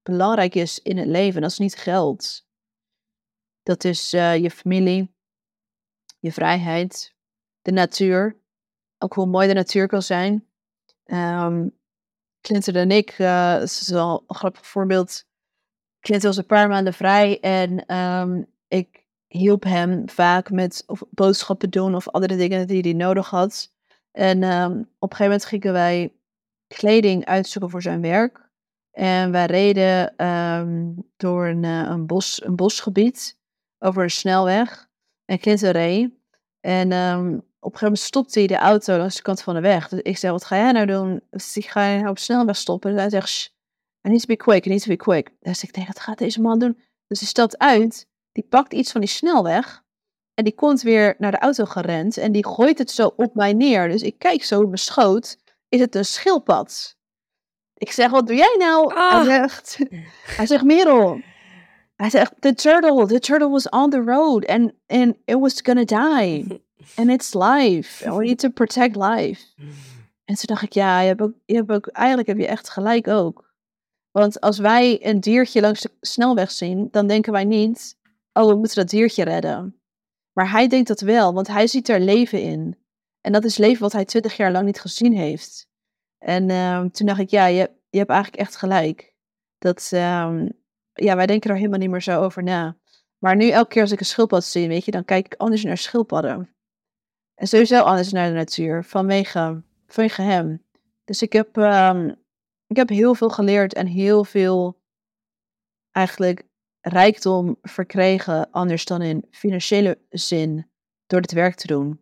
belangrijk is in het leven. Dat is niet geld. Dat is je familie, je vrijheid, de natuur. Ook hoe mooi de natuur kan zijn. Clinton en ik, dat is wel een grappig voorbeeld. Clinton was een paar maanden vrij en ik hielp hem vaak met of boodschappen doen of andere dingen die hij nodig had. En op een gegeven moment gingen wij kleding uitzoeken voor zijn werk. En wij reden door een bosgebied over een snelweg. En Clinton reed. En op een gegeven moment stopte hij de auto langs de kant van de weg. Dus ik zei, wat ga jij nou doen? Dus ik ga je nou op de snelweg stoppen. En hij zegt, shh, I need to be quick, I need to be quick. Dus ik denk, wat gaat deze man doen? Dus hij stapt uit, die pakt iets van die snelweg. En die komt weer naar de auto gerend. En die gooit het zo op mij neer. Dus ik kijk zo op mijn schoot. Is het een schildpad? Ik zeg, wat doe jij nou? Hij zegt, Merel. Hij zegt, the turtle was on the road. And it was gonna die. And it's life. And we need to protect life. En toen dacht ik, ja, eigenlijk heb je echt gelijk ook. Want als wij een diertje langs de snelweg zien, dan denken wij niet, oh, we moeten dat diertje redden. Maar hij denkt dat wel, want hij ziet er leven in. En dat is leven wat hij 20 jaar lang niet gezien heeft. En toen dacht ik, ja, je hebt eigenlijk echt gelijk. Dat, wij denken er helemaal niet meer zo over na. Maar nu elke keer als ik een schildpad zie, weet je, dan kijk ik anders naar schildpadden. En sowieso anders naar de natuur, vanwege hem. Dus ik heb heel veel geleerd en heel veel eigenlijk rijkdom verkregen, anders dan in financiële zin, door dit werk te doen.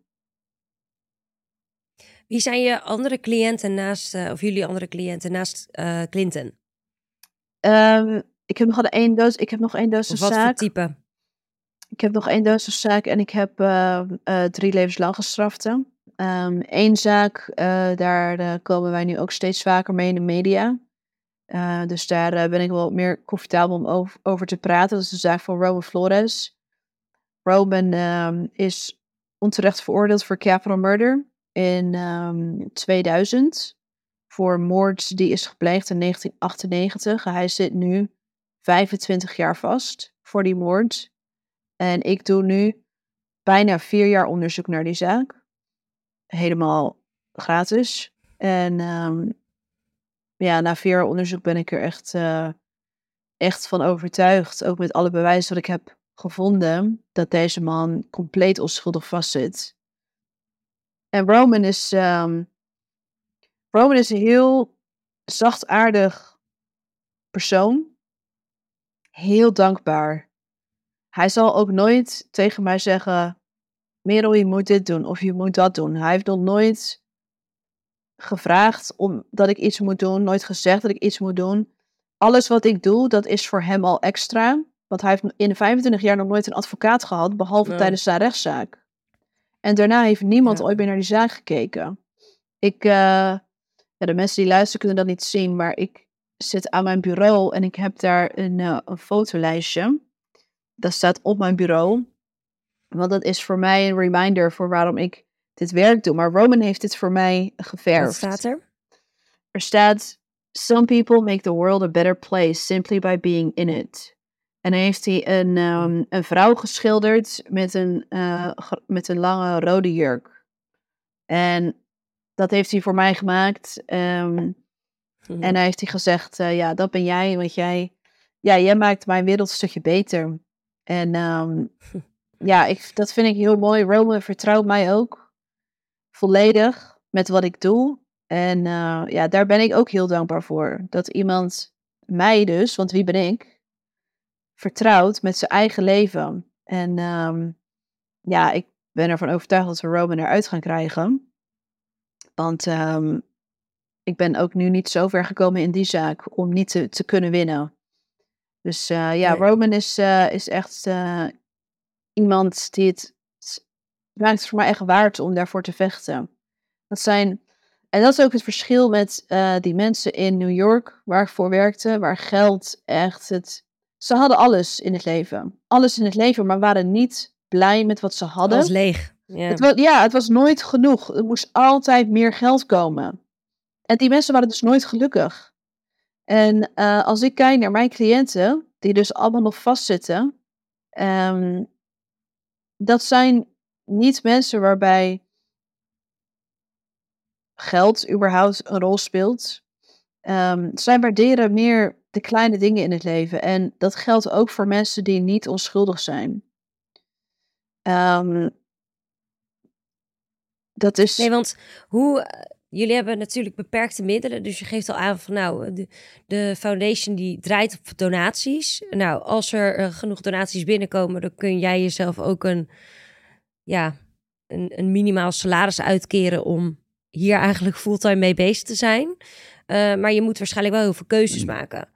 Wie zijn je andere cliënten jullie andere cliënten naast Clinton? Ik heb nog één doodszaak. Wat voor type? Ik heb nog 1 doodszaak en ik heb 3 levenslang gestraften. Eén zaak, daar komen wij nu ook steeds vaker mee in de media. Dus daar ben ik wel meer comfortabel om over te praten. Dat is de zaak van Roman Flores. Roman is onterecht veroordeeld voor capital murder in 2000. Voor moord die is gepleegd in 1998. Hij zit nu 25 jaar vast voor die moord. En ik doe nu bijna 4 jaar onderzoek naar die zaak. Helemaal gratis. En na 4 jaar onderzoek ben ik er echt van overtuigd. Ook met alle bewijzen wat ik heb gevonden. Dat deze man compleet onschuldig vastzit. En Roman is een heel zachtaardig persoon. Heel dankbaar. Hij zal ook nooit tegen mij zeggen, Merel, je moet dit doen of je moet dat doen. Hij heeft nog nooit gevraagd dat ik iets moet doen, nooit gezegd dat ik iets moet doen. Alles wat ik doe, dat is voor hem al extra. Want hij heeft in de 25 jaar nog nooit een advocaat gehad, behalve tijdens zijn rechtszaak. En daarna heeft niemand ooit meer naar die zaak gekeken. De mensen die luisteren kunnen dat niet zien, maar ik zit aan mijn bureau en ik heb daar een fotolijstje. Dat staat op mijn bureau. Want dat is voor mij een reminder voor waarom ik dit werk doe. Maar Roman heeft dit voor mij geverfd. Wat staat er? Er staat, some people make the world a better place simply by being in it. En dan heeft hij een vrouw geschilderd met een lange rode jurk. En dat heeft hij voor mij gemaakt. En hij heeft gezegd, dat ben jij. Want jij maakt mijn wereld een stukje beter. En dat vind ik heel mooi. Roman vertrouwt mij ook volledig met wat ik doe. En daar ben ik ook heel dankbaar voor. Dat iemand mij dus, want wie ben ik, vertrouwt met zijn eigen leven. En ik ben ervan overtuigd dat we Roman eruit gaan krijgen. Want ik ben ook nu niet zo ver gekomen in die zaak om niet te kunnen winnen. Dus nee. Roman is echt iemand die het maakt het voor mij echt waard om daarvoor te vechten. En dat is ook het verschil met die mensen in New York waar ik voor werkte, waar geld echt ze hadden alles in het leven. Alles in het leven, maar waren niet blij met wat ze hadden. Het was leeg. Het was nooit genoeg. Er moest altijd meer geld komen. En die mensen waren dus nooit gelukkig. En als ik kijk naar mijn cliënten, die dus allemaal nog vastzitten, dat zijn niet mensen waarbij geld überhaupt een rol speelt. Zij waarderen meer de kleine dingen in het leven. En dat geldt ook voor mensen die niet onschuldig zijn. Dat is... Nee, want jullie hebben natuurlijk beperkte middelen. Dus je geeft al aan van de foundation die draait op donaties. Nou, als er genoeg donaties binnenkomen, dan kun jij jezelf ook een minimaal salaris uitkeren om hier eigenlijk fulltime mee bezig te zijn. Maar je moet waarschijnlijk wel heel veel keuzes maken.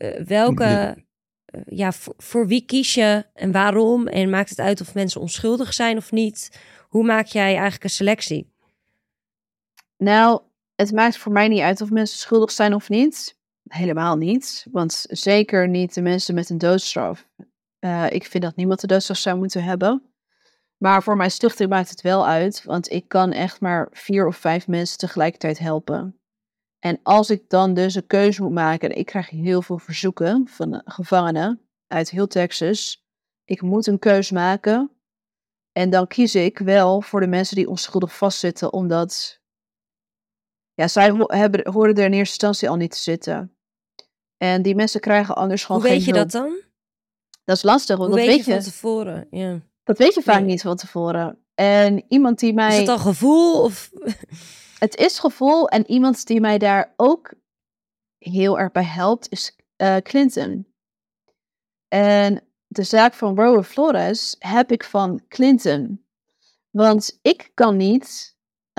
Voor wie kies je en waarom? En maakt het uit of mensen onschuldig zijn of niet? Hoe maak jij eigenlijk een selectie? Nou, het maakt voor mij niet uit of mensen schuldig zijn of niet. Helemaal niet. Want zeker niet de mensen met een doodstraf. Ik vind dat niemand de doodstraf zou moeten hebben. Maar voor mijn stichting maakt het wel uit. Want ik kan echt maar 4 of 5 mensen tegelijkertijd helpen. En als ik dan dus een keuze moet maken. En ik krijg heel veel verzoeken van gevangenen uit heel Texas. Ik moet een keuze maken. En dan kies ik wel voor de mensen die onschuldig vastzitten. Omdat... Ja, zij hoorden er in eerste instantie al niet te zitten. En die mensen krijgen anders gewoon geen hulp. Hoe weet je dat dan? Dat is lastig, want Hoe dat weet je van tevoren? Ja. Dat weet je vaak niet van tevoren. En iemand die mij... Is het al gevoel? Of... Het is gevoel. En iemand die mij daar ook heel erg bij helpt, is Clinton. En de zaak van Roe Flores heb ik van Clinton. Want ik kan niet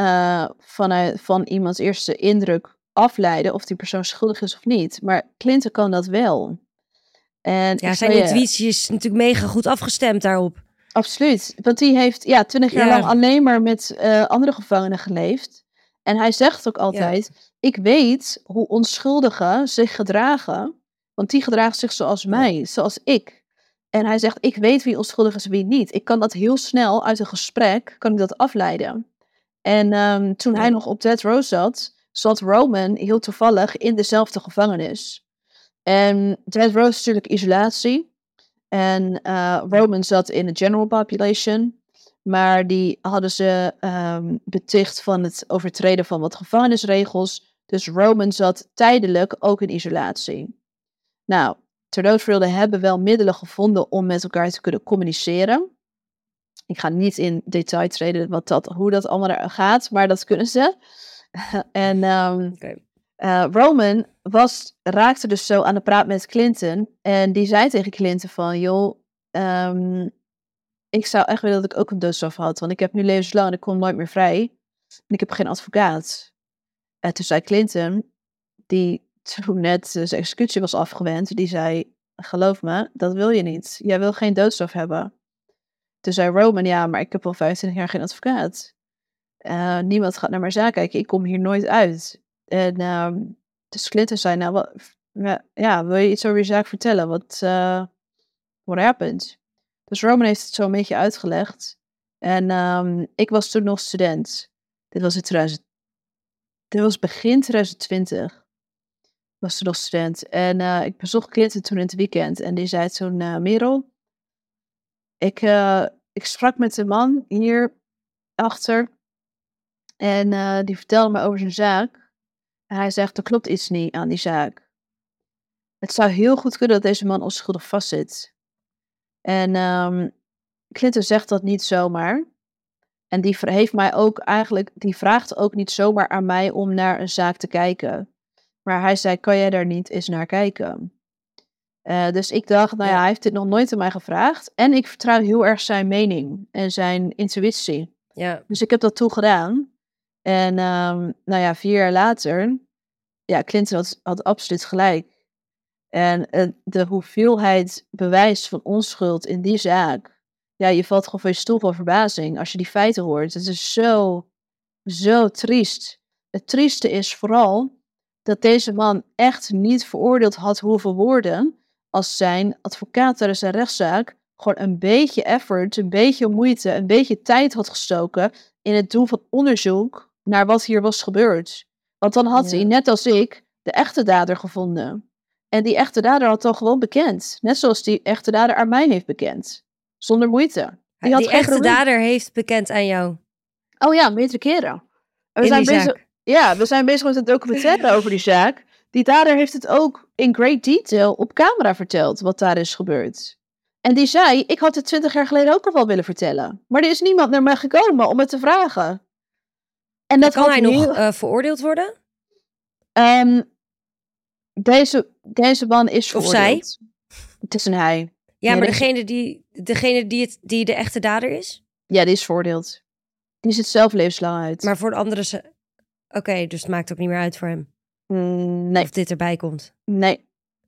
van iemands eerste indruk afleiden of die persoon schuldig is of niet. Maar Clinton kan dat wel. En zijn intuïtie is natuurlijk mega goed afgestemd daarop. Absoluut. Want die heeft 20 jaar lang alleen maar met andere gevangenen geleefd. En hij zegt ook altijd, ik weet hoe onschuldigen zich gedragen. Want die gedragen zich zoals mij, zoals ik. En hij zegt, ik weet wie onschuldig is en wie niet. Ik kan dat heel snel uit een gesprek, kan ik dat afleiden. En toen hij nog op death row zat Roman heel toevallig in dezelfde gevangenis. En death row is natuurlijk isolatie. En Roman zat in de general population. Maar die hadden ze beticht van het overtreden van wat gevangenisregels. Dus Roman zat tijdelijk ook in isolatie. Nou, ter doodvrede hebben wel middelen gevonden om met elkaar te kunnen communiceren. Ik ga niet in detail treden hoe dat allemaal gaat, maar dat kunnen ze. En Roman raakte dus zo aan de praat met Clinton. En die zei tegen Clinton van, joh, ik zou echt willen dat ik ook een doodstraf had. Want ik heb nu levenslang en ik kom nooit meer vrij. En ik heb geen advocaat. En toen zei Clinton, die toen net zijn executie was afgewend, die zei, geloof me, dat wil je niet. Jij wil geen doodstraf hebben. Toen zei Roman, ja, maar ik heb al 25 jaar geen advocaat. Niemand gaat naar mijn zaak kijken. Ik kom hier nooit uit. En dus Clinton zei, nou, wil je iets over je zaak vertellen? What happened? Dus Roman heeft het zo een beetje uitgelegd. En ik was toen nog student. Dit was begin 2020. Ik was toen nog student. En ik bezocht Clinton toen in het weekend. En die zei toen, Merel, ik sprak met een man hier achter. En die vertelde me over zijn zaak. En hij zegt, er klopt iets niet aan die zaak. Het zou heel goed kunnen dat deze man onschuldig vastzit. En Clinton zegt dat niet zomaar. En die vraagt ook niet zomaar aan mij om naar een zaak te kijken. Maar hij zei, kan jij daar niet eens naar kijken? Dus ik dacht, hij heeft dit nog nooit aan mij gevraagd. En ik vertrouw heel erg zijn mening en zijn intuïtie. Ja. Dus ik heb dat toen gedaan. En 4 jaar later, Clinton had absoluut gelijk. En de hoeveelheid bewijs van onschuld in die zaak, je valt gewoon van je stoel van verbazing als je die feiten hoort. Het is zo, zo triest. Het trieste is vooral dat deze man echt niet veroordeeld had hoeven worden als zijn advocaat tijdens zijn rechtszaak gewoon een beetje effort, een beetje moeite, een beetje tijd had gestoken in het doen van onderzoek naar wat hier was gebeurd. Want dan had hij, net als ik, de echte dader gevonden. En die echte dader had al gewoon bekend. Net zoals die echte dader Armijn heeft bekend. Zonder moeite. Die echte dader heeft bekend aan jou. Oh ja, meerdere keren. We zijn bezig met een documentaire over die zaak. Die dader heeft het ook in great detail op camera verteld wat daar is gebeurd. En die zei, ik had het 20 jaar geleden ook al wel willen vertellen. Maar er is niemand naar mij gekomen om het te vragen. En dat kan hij nog veroordeeld worden? Deze man is veroordeeld. Of zij? Het is een hij. Ja, maar degene die de echte dader is? Ja, die is veroordeeld. Die zit zelf levenslang uit. Maar voor de anderen... Oké, dus het maakt ook niet meer uit voor hem? Nee. Of dit erbij komt? Nee.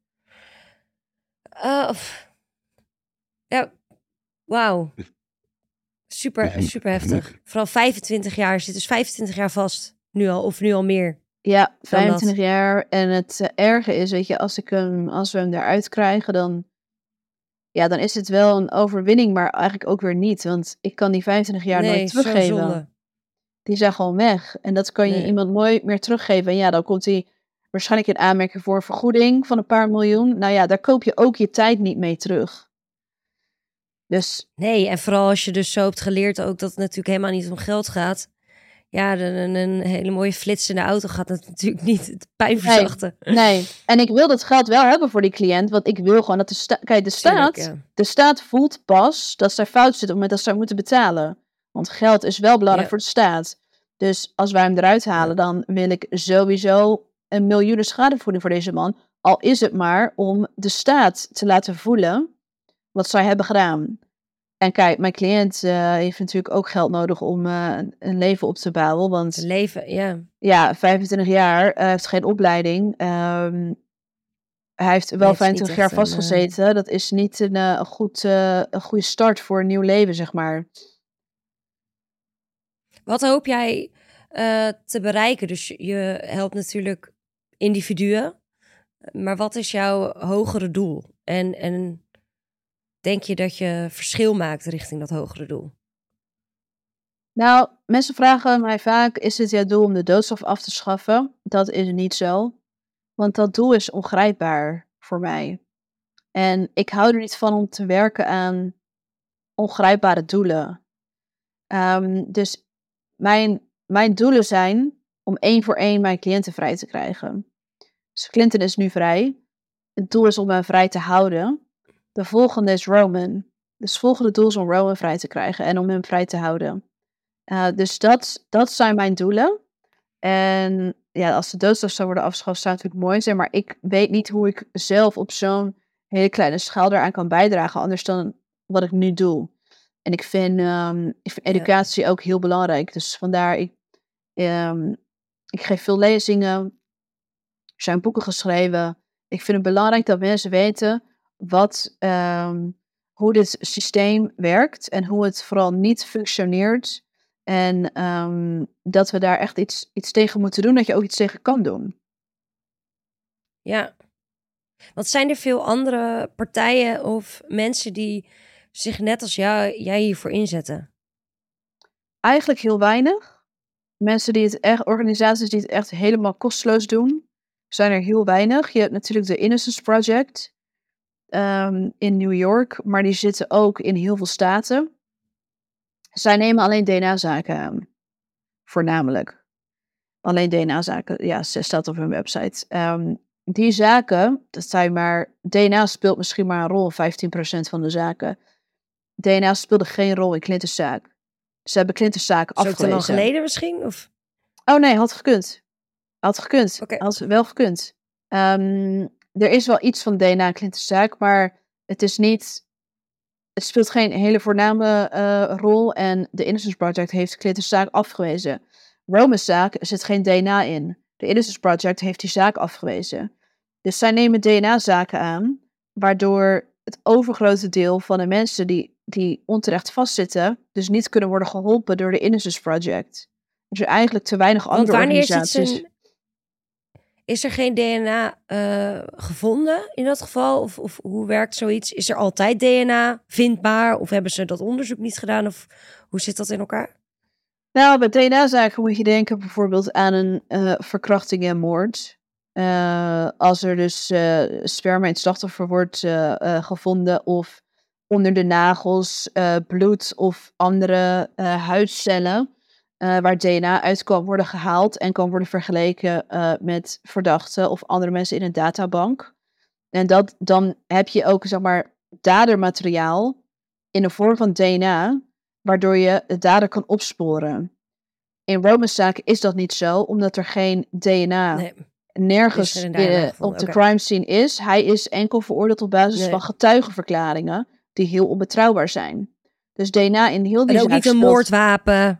Ja, wauw. Super heftig. Vooral 25 jaar. Zit dus 25 jaar vast. Nu al, of nu al meer. Ja, 25 jaar. En het erge is, weet je, als we hem eruit krijgen, dan is het wel een overwinning, maar eigenlijk ook weer niet. Want ik kan die 25 jaar nooit teruggeven. Zonde. Die zijn gewoon weg. En dat kan je iemand nooit meer teruggeven. En ja, dan komt hij waarschijnlijk in aanmerking voor een vergoeding van een paar miljoen. Nou ja, daar koop je ook je tijd niet mee terug. Dus... Nee, en vooral als je dus zo hebt geleerd ook dat het natuurlijk helemaal niet om geld gaat. Ja, een hele mooie flitsende auto gaat het natuurlijk niet het pijn verzachten. Nee, en ik wil dat geld wel hebben voor die cliënt. Want ik wil gewoon dat de staat voelt pas dat zij fout zit op het moment dat zij moeten betalen. Want geld is wel belangrijk voor de staat. Dus als wij hem eruit halen, dan wil ik sowieso een miljoenen schadevergoeding voor deze man. Al is het maar om de staat te laten voelen wat zij hebben gedaan. En kijk, mijn cliënt heeft natuurlijk ook geld nodig om een leven op te bouwen. Want een leven, ja. Ja, 25 jaar, heeft geen opleiding. Hij heeft wel 25 jaar vastgezeten. Dat is niet een goede start voor een nieuw leven, zeg maar. Wat hoop jij te bereiken? Dus je helpt natuurlijk individuen. Maar wat is jouw hogere doel? En denk je dat je verschil maakt richting dat hogere doel? Nou, mensen vragen mij vaak, is het jouw doel om de doodstraf af te schaffen? Dat is niet zo. Want dat doel is ongrijpbaar voor mij. En ik hou er niet van om te werken aan ongrijpbare doelen. Dus mijn doelen zijn om 1 voor 1 mijn cliënten vrij te krijgen. Dus Clinton is nu vrij. Het doel is om hem vrij te houden. De volgende is Roman. Dus het volgende doel is om Roman vrij te krijgen en om hem vrij te houden. Dus dat zijn mijn doelen. En ja, als de doodstraf zou worden afgeschaft, zou het natuurlijk mooi zijn. Maar ik weet niet hoe ik zelf op zo'n hele kleine schaal daaraan kan bijdragen. Anders dan wat ik nu doe. En ik vind educatie ook heel belangrijk. Dus vandaar, ik geef veel lezingen. Er zijn boeken geschreven. Ik vind het belangrijk dat mensen weten hoe dit systeem werkt. En hoe het vooral niet functioneert. En dat we daar echt iets tegen moeten doen. Dat je ook iets tegen kan doen. Ja. Want zijn er veel andere partijen of mensen die zich net als jij hiervoor inzetten? Eigenlijk heel weinig. Mensen die het echt, organisaties die het echt helemaal kosteloos doen, zijn er heel weinig. Je hebt natuurlijk de Innocence Project in New York, maar die zitten ook in heel veel staten. Zij nemen alleen DNA-zaken aan. Voornamelijk. Alleen DNA-zaken, ja, ze staat op hun website. Die zaken, dat zijn maar... DNA speelt misschien maar een rol in 15% van de zaken. DNA speelde geen rol in Clintons zaak. Ze hebben Clintons zaak afgewezen. Zo te lang geleden misschien? Of? Oh nee, had gekund. Okay. Had wel gekund. Er is wel iets van DNA in Clintons zaak, maar het is niet... Het speelt geen hele voorname rol en de Innocence Project heeft Clintons zaak afgewezen. Roman's zaak zit geen DNA in. De Innocence Project heeft die zaak afgewezen. Dus zij nemen DNA-zaken aan, waardoor het overgrote deel van de mensen die onterecht vastzitten, dus niet kunnen worden geholpen door de Innocence Project. Dus er eigenlijk te weinig andere organisaties. Is er geen DNA gevonden in dat geval? Of hoe werkt zoiets? Is er altijd DNA vindbaar? Of hebben ze dat onderzoek niet gedaan? Of hoe zit dat in elkaar? Nou, bij DNA-zaken moet je denken bijvoorbeeld aan een verkrachting en moord. Als er dus sperma in het slachtoffer wordt gevonden of onder de nagels, bloed of andere huidcellen, waar DNA uit kan worden gehaald en kan worden vergeleken met verdachten of andere mensen in een databank. En dan heb je ook, zeg maar, dadermateriaal in de vorm van DNA, waardoor je de dader kan opsporen. In Roman's zaak is dat niet zo, omdat er geen DNA nergens op de crime scene is. Hij is enkel veroordeeld op basis van getuigenverklaringen die heel onbetrouwbaar zijn. Dus DNA in heel die zaak... En ook niet een moordwapen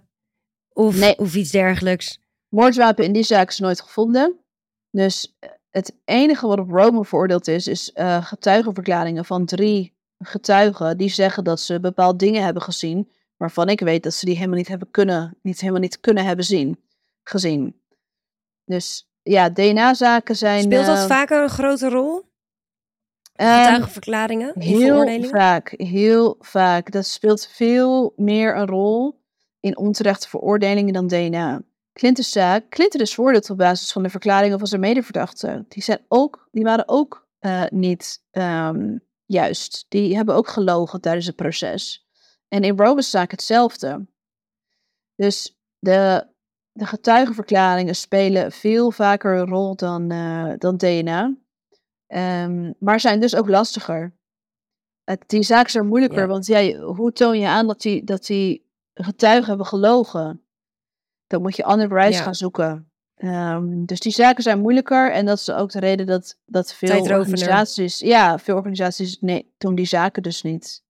of iets dergelijks. Moordwapen in die zaak is nooit gevonden. Dus het enige wat op Roman veroordeeld is getuigenverklaringen van 3 getuigen die zeggen dat ze bepaalde dingen hebben gezien, waarvan ik weet dat ze die helemaal niet kunnen hebben gezien. Dus ja, DNA-zaken zijn... Speelt dat vaker een grote rol? Getuigenverklaringen in veroordelingen? Heel vaak. Dat speelt veel meer een rol in onterechte veroordelingen dan DNA. Clinton is veroordeeld op basis van de verklaringen van zijn medeverdachten. Die waren ook niet juist. Die hebben ook gelogen tijdens het proces. En in Roman's zaak hetzelfde. Dus de getuigenverklaringen spelen veel vaker een rol dan DNA. Maar zijn dus ook lastiger. Die zaken zijn moeilijker, want hoe toon je aan dat die getuigen hebben gelogen? Dan moet je andere bewijs gaan zoeken. Dus die zaken zijn moeilijker en dat is ook de reden dat veel organisaties doen die zaken dus niet.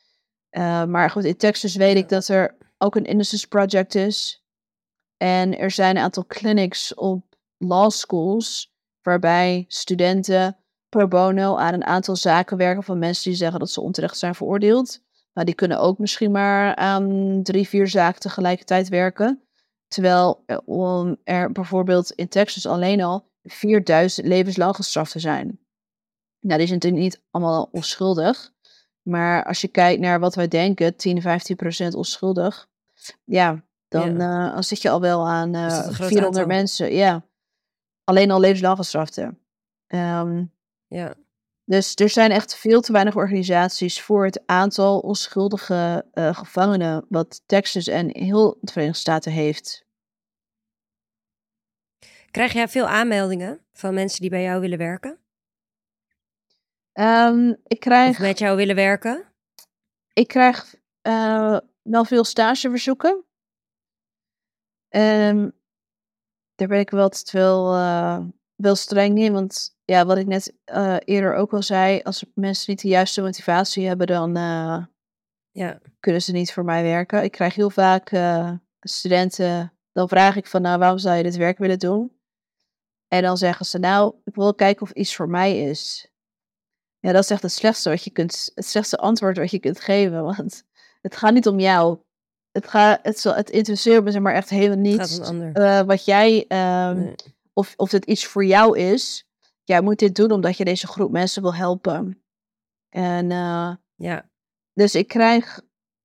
Maar goed, in Texas weet ik dat er ook een Innocence Project is. En er zijn een aantal clinics op law schools waarbij studenten pro bono aan een aantal zaken werken van mensen die zeggen dat ze onterecht zijn veroordeeld. Maar die kunnen ook misschien maar aan 3-4 zaken tegelijkertijd werken. Terwijl er bijvoorbeeld in Texas alleen al 4000 levenslang gestraft te zijn. Nou, die zijn natuurlijk niet allemaal onschuldig. Maar als je kijkt naar wat wij denken, 10-15% onschuldig. Ja, dan zit je al wel aan 400 mensen. Ja, alleen al levenslang gestraften. Dus er zijn echt veel te weinig organisaties voor het aantal onschuldige gevangenen wat Texas en heel de Verenigde Staten heeft. Krijg jij veel aanmeldingen van mensen die bij jou willen werken? Of met jou willen werken? Ik krijg wel veel stageverzoeken. Daar ben ik wel streng in, want ja, wat ik net eerder ook al zei, als mensen niet de juiste motivatie hebben, dan kunnen ze niet voor mij werken. Ik krijg heel vaak studenten, dan vraag ik van, nou, waarom zou je dit werk willen doen? En dan zeggen ze, nou, ik wil kijken of iets voor mij is. Ja, dat is echt het slechtste antwoord wat je kunt geven, want het gaat niet om jou. Het interesseert me zeg maar echt helemaal niet wat jij, of het iets voor jou is. Jij moet dit doen omdat je deze groep mensen wil helpen. En dus ik krijg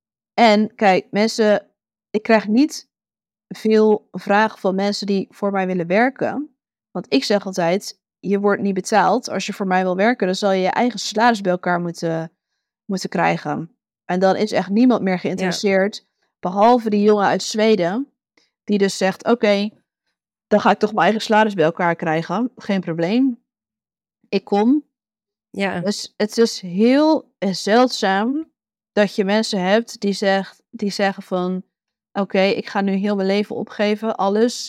niet veel vragen van mensen die voor mij willen werken. Want ik zeg altijd, je wordt niet betaald. Als je voor mij wil werken, dan zal je je eigen salaris bij elkaar moeten krijgen. En dan is echt niemand meer geïnteresseerd. Behalve die jongen uit Zweden. Die dus zegt, oké, dan ga ik toch mijn eigen salaris bij elkaar krijgen. Geen probleem. Ik kom. Ja. Dus het is heel zeldzaam dat je mensen hebt die zeggen van, oké, ik ga nu heel mijn leven opgeven, alles.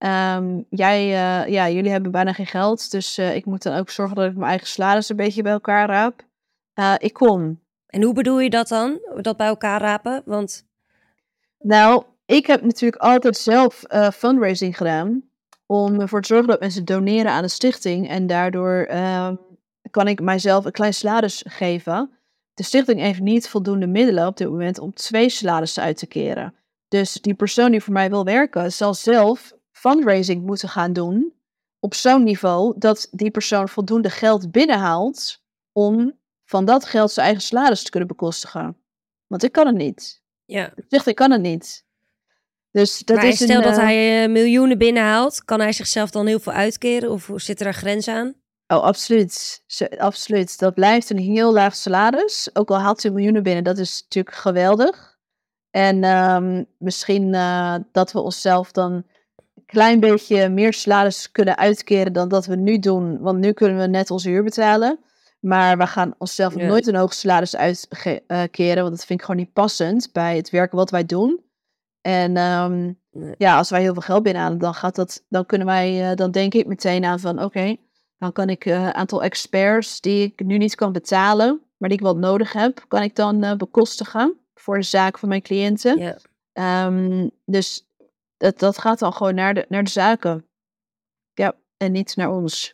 Jullie hebben bijna geen geld, dus ik moet dan ook zorgen dat ik mijn eigen salaris een beetje bij elkaar raap. Ik kom. En hoe bedoel je dat dan? Dat bij elkaar rapen? Want... Nou, ik heb natuurlijk altijd zelf fundraising gedaan om ervoor te zorgen dat mensen doneren aan de stichting. En daardoor kan ik mijzelf een klein salaris geven. De stichting heeft niet voldoende middelen op dit moment om 2 salarissen uit te keren. Dus die persoon die voor mij wil werken, zal zelf fundraising moeten gaan doen op zo'n niveau dat die persoon voldoende geld binnenhaalt om van dat geld zijn eigen salaris te kunnen bekostigen. Want ik kan het niet. Ja. De stichting kan het niet. Dus dat Maar is stel dat een... hij miljoenen binnenhaalt, kan hij zichzelf dan heel veel uitkeren? Of zit er een grens aan? Oh, absoluut. Absoluut. Dat blijft een heel laag salaris. Ook al haalt hij miljoenen binnen, dat is natuurlijk geweldig. En misschien dat we onszelf dan een klein beetje meer salaris kunnen uitkeren dan dat we nu doen. Want nu kunnen we net onze huur betalen. Maar we gaan onszelf Ja. nooit een hoog salaris uitkeren. Want dat vind ik gewoon niet passend bij het werk wat wij doen. En Nee. ja, als wij heel veel geld binnenhalen, dan kunnen wij, dan denk ik meteen aan van oké, dan kan ik een aantal experts die ik nu niet kan betalen, maar die ik wel nodig heb, kan ik dan bekostigen voor de zaak van mijn cliënten. Ja. Dus dat gaat dan gewoon naar de zaken. Ja, en niet naar ons.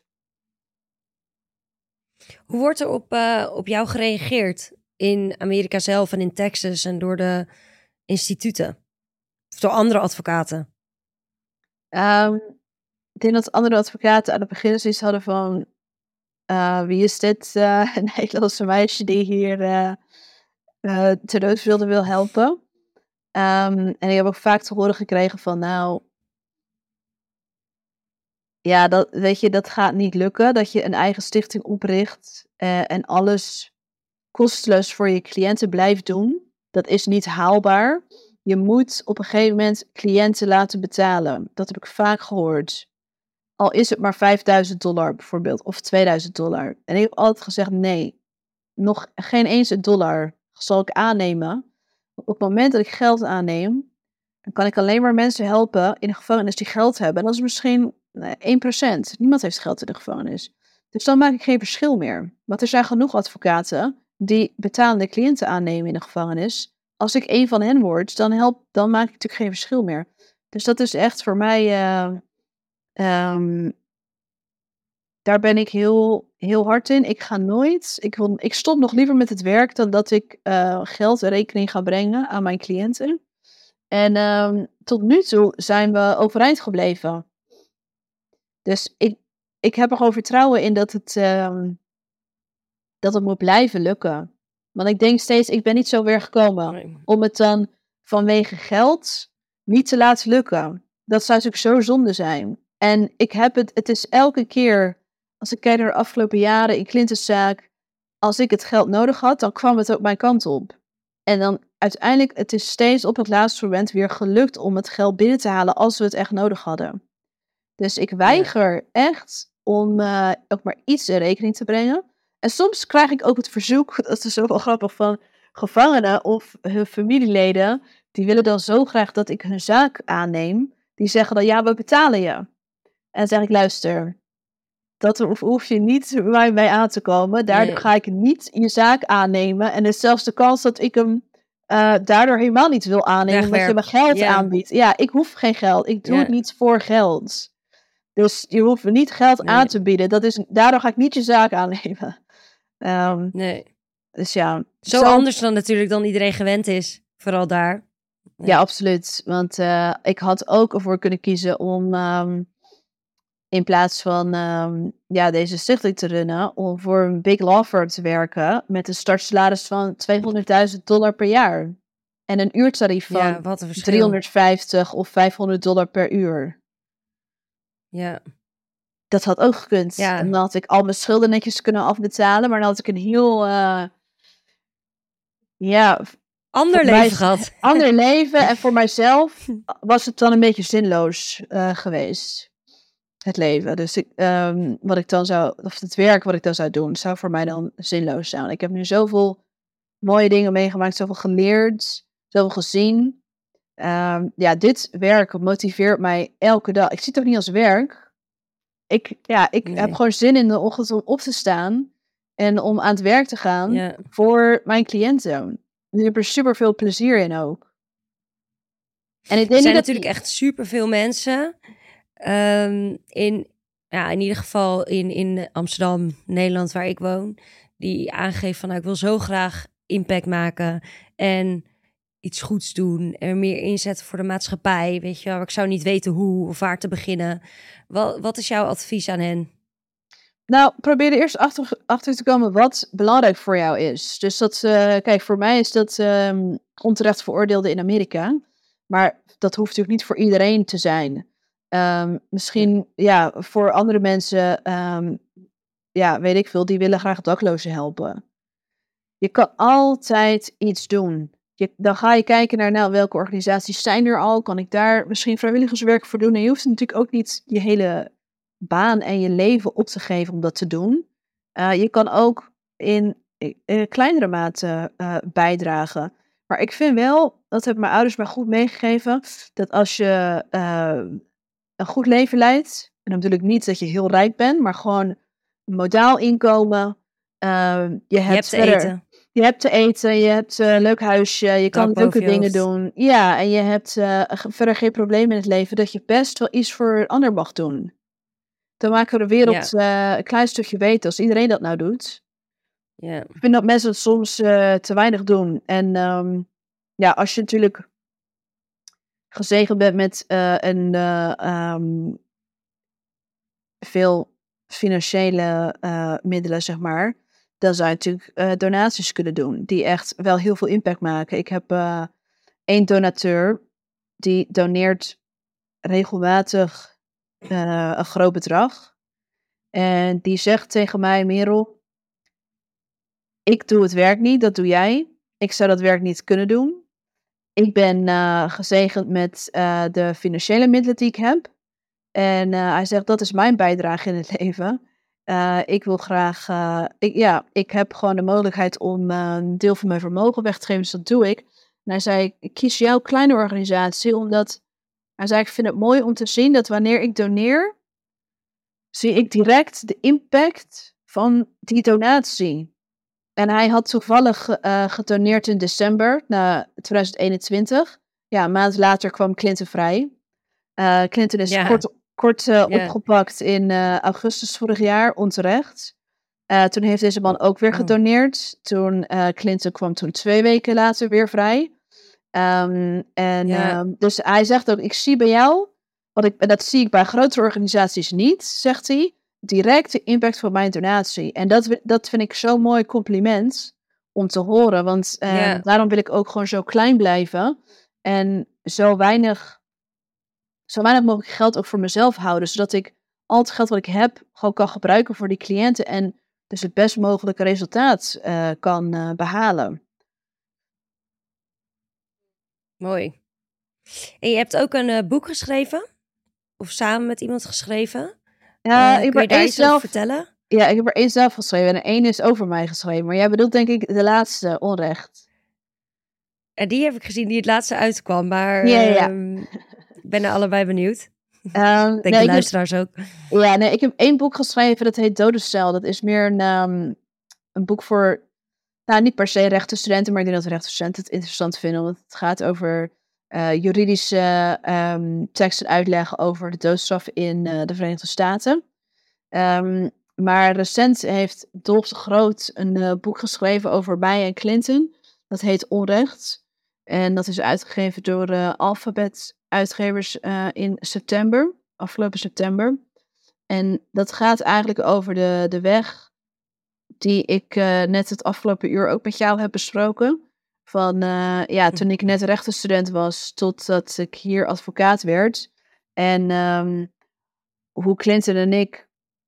Hoe wordt er op jou gereageerd in Amerika zelf en in Texas en door de instituten? Of door andere advocaten? Ik denk dat andere advocaten aan het begin zoiets hadden van wie is dit een Nederlandse meisje die hier ter dood wil helpen. En ik heb ook vaak te horen gekregen van nou, ja, dat gaat niet lukken. Dat je een eigen stichting opricht en alles kosteloos voor je cliënten blijft doen. Dat is niet haalbaar. Je moet op een gegeven moment cliënten laten betalen. Dat heb ik vaak gehoord. Al is het maar $5.000 bijvoorbeeld, of $2.000. En ik heb altijd gezegd, nee, nog geen eens $1 zal ik aannemen. Op het moment dat ik geld aanneem, dan kan ik alleen maar mensen helpen in de gevangenis die geld hebben. En dat is misschien 1%. Niemand heeft geld in de gevangenis. Dus dan maak ik geen verschil meer. Want er zijn genoeg advocaten die betalende cliënten aannemen in de gevangenis. Als ik één van hen word, dan maak ik natuurlijk geen verschil meer. Dus dat is echt voor mij... daar ben ik heel, heel hard in. Ik ga nooit... Ik stop nog liever met het werk dan dat ik geld en rekening ga brengen aan mijn cliënten. En tot nu toe zijn we overeind gebleven. Dus ik heb er gewoon vertrouwen in dat het moet blijven lukken. Want ik denk steeds, ik ben niet zo weer gekomen Nee. om het dan vanwege geld niet te laten lukken. Dat zou natuurlijk zo zonde zijn. En het is elke keer, als ik kijk naar de afgelopen jaren in Clintons zaak, als ik het geld nodig had, dan kwam het ook mijn kant op. En dan uiteindelijk, het is steeds op het laatste moment weer gelukt om het geld binnen te halen als we het echt nodig hadden. Dus ik weiger echt om ook maar iets in rekening te brengen. En soms krijg ik ook het verzoek, dat is ook wel grappig, van gevangenen of hun familieleden. Die willen dan zo graag dat ik hun zaak aanneem. Die zeggen dan, ja, we betalen je. En dan zeg ik, luister, dat hoef je niet bij mij mee aan te komen. Daardoor ga ik niet je zaak aannemen. En er is zelfs de kans dat ik hem daardoor helemaal niet wil aannemen. Omdat je me geld aanbiedt. Ja, ik hoef geen geld. Ik doe het niet voor geld. Dus je hoeft me niet geld aan te bieden. Daardoor ga ik niet je zaak aannemen. Nee. Dus ja. Zo anders dan natuurlijk dan iedereen gewend is. Vooral daar. Ja, absoluut. Want ik had ook ervoor kunnen kiezen om in plaats van deze stichting te runnen, om voor een big law firm te werken met een startsalaris van $200.000 per jaar. En een uurtarief van $350 of $500 per uur. Ja. Dat had ook gekund. Ja. En dan had ik al mijn schulden netjes kunnen afbetalen, maar dan had ik een heel ander leven gehad. Ander leven. En voor mijzelf was het dan een beetje zinloos geweest. Het leven. Dus het werk wat ik dan zou doen, zou voor mij dan zinloos zijn. Ik heb nu zoveel mooie dingen meegemaakt, zoveel geleerd, zoveel gezien. Dit werk motiveert mij elke dag. Ik zie het ook niet als werk. Ik heb gewoon zin in de ochtend om op te staan en om aan het werk te gaan voor mijn cliënten. Ik heb er super veel plezier in ook. En ik denk er zijn natuurlijk echt super veel mensen in ieder geval in Amsterdam, Nederland, waar ik woon, die aangeven van ik wil zo graag impact maken en iets goeds doen en meer inzetten voor de maatschappij, weet je wel. Ik zou niet weten hoe of waar te beginnen. Wat is jouw advies aan hen? Nou, probeer er eerst achter te komen wat belangrijk voor jou is. Dus kijk, voor mij is dat onterecht veroordeelde in Amerika. Maar dat hoeft natuurlijk niet voor iedereen te zijn. Misschien, voor andere mensen, weet ik veel, die willen graag daklozen helpen. Je kan altijd iets doen. Dan ga je kijken naar, welke organisaties zijn er al? Kan ik daar misschien vrijwilligerswerk voor doen? En je hoeft natuurlijk ook niet je hele baan en je leven op te geven om dat te doen. Je kan ook in kleinere mate bijdragen. Maar ik vind wel, dat hebben mijn ouders mij goed meegegeven, dat als je een goed leven leidt, en dan bedoel ik niet dat je heel rijk bent, maar gewoon een modaal inkomen. Je hebt te eten. Je hebt te eten, je hebt een leuk huisje, je kan leuke dingen doen. Ja, en je hebt verder geen probleem in het leven dat je best wel iets voor een ander mag doen. Dan maken we de wereld een klein stukje beter als iedereen dat nou doet. Ja. Ik vind dat mensen het soms te weinig doen. En als je natuurlijk gezegend bent met veel financiële middelen, zeg maar, dan zou je natuurlijk donaties kunnen doen, die echt wel heel veel impact maken. Ik heb één donateur, die doneert regelmatig een groot bedrag. En die zegt tegen mij, Merel, ik doe het werk niet, dat doe jij. Ik zou dat werk niet kunnen doen. Ik ben gezegend met de financiële middelen die ik heb. En hij zegt, dat is mijn bijdrage in het leven. Ik wil graag, ik heb gewoon de mogelijkheid om een deel van mijn vermogen weg te geven, dus dat doe ik. En hij zei, ik kies jouw kleine organisatie, omdat, hij zei, ik vind het mooi om te zien dat wanneer ik doneer, zie ik direct de impact van die donatie. En hij had toevallig gedoneerd in december 2021. Ja, een maand later kwam Clinton vrij. Clinton is kort opgepakt in augustus vorig jaar, onterecht. Toen heeft deze man ook weer gedoneerd. Toen Clinton kwam 2 weken later weer vrij. Dus hij zegt ook, ik zie bij jou, en dat zie ik bij grotere organisaties niet, zegt hij, direct de impact van mijn donatie. En dat vind ik zo'n mooi compliment om te horen. Want daarom wil ik ook gewoon zo klein blijven. En zo weinig mogelijk geld ook voor mezelf houden. Zodat ik al het geld wat ik heb gewoon kan gebruiken voor die cliënten. En dus het best mogelijke resultaat kan behalen. Mooi. En je hebt ook een boek geschreven? Of samen met iemand geschreven? Kun je daar iets over vertellen? Ja, ik heb er 1 zelf geschreven en 1 is over mij geschreven. Maar jij bedoelt denk ik de laatste, Onrecht. En die heb ik gezien die het laatste uitkwam. Maar ik ben er allebei benieuwd. Denk de luisteraars ook. Ja, nee, ik heb 1 boek geschreven, dat heet Dodencel. Dat is meer een boek voor, niet per se rechtenstudenten, maar ik denk dat rechtenstudenten het interessant vinden. Omdat het gaat over juridische teksten uitleggen over de doodstraf in de Verenigde Staten. Maar recent heeft Dolf de Groot een boek geschreven over mij en Clinton. Dat heet Onrecht. En dat is uitgegeven door Alphabet uitgevers in afgelopen september. En dat gaat eigenlijk over de weg die ik net het afgelopen uur ook met jou heb besproken. Van toen ik net rechtenstudent was, totdat ik hier advocaat werd. En hoe Clinton en ik,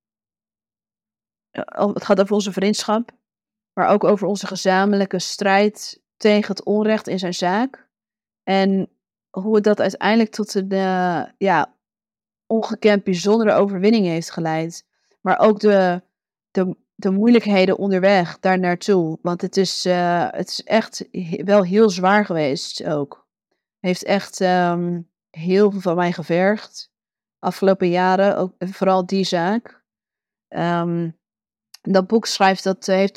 het gaat over onze vriendschap, maar ook over onze gezamenlijke strijd tegen het onrecht in zijn zaak. En hoe het dat uiteindelijk tot een ongekend bijzondere overwinning heeft geleid. Maar ook de moeilijkheden onderweg daar naartoe. Want het is echt wel heel zwaar geweest ook. Heeft echt heel veel van mij gevergd. Afgelopen jaren, ook vooral die zaak. Dat boek schrijft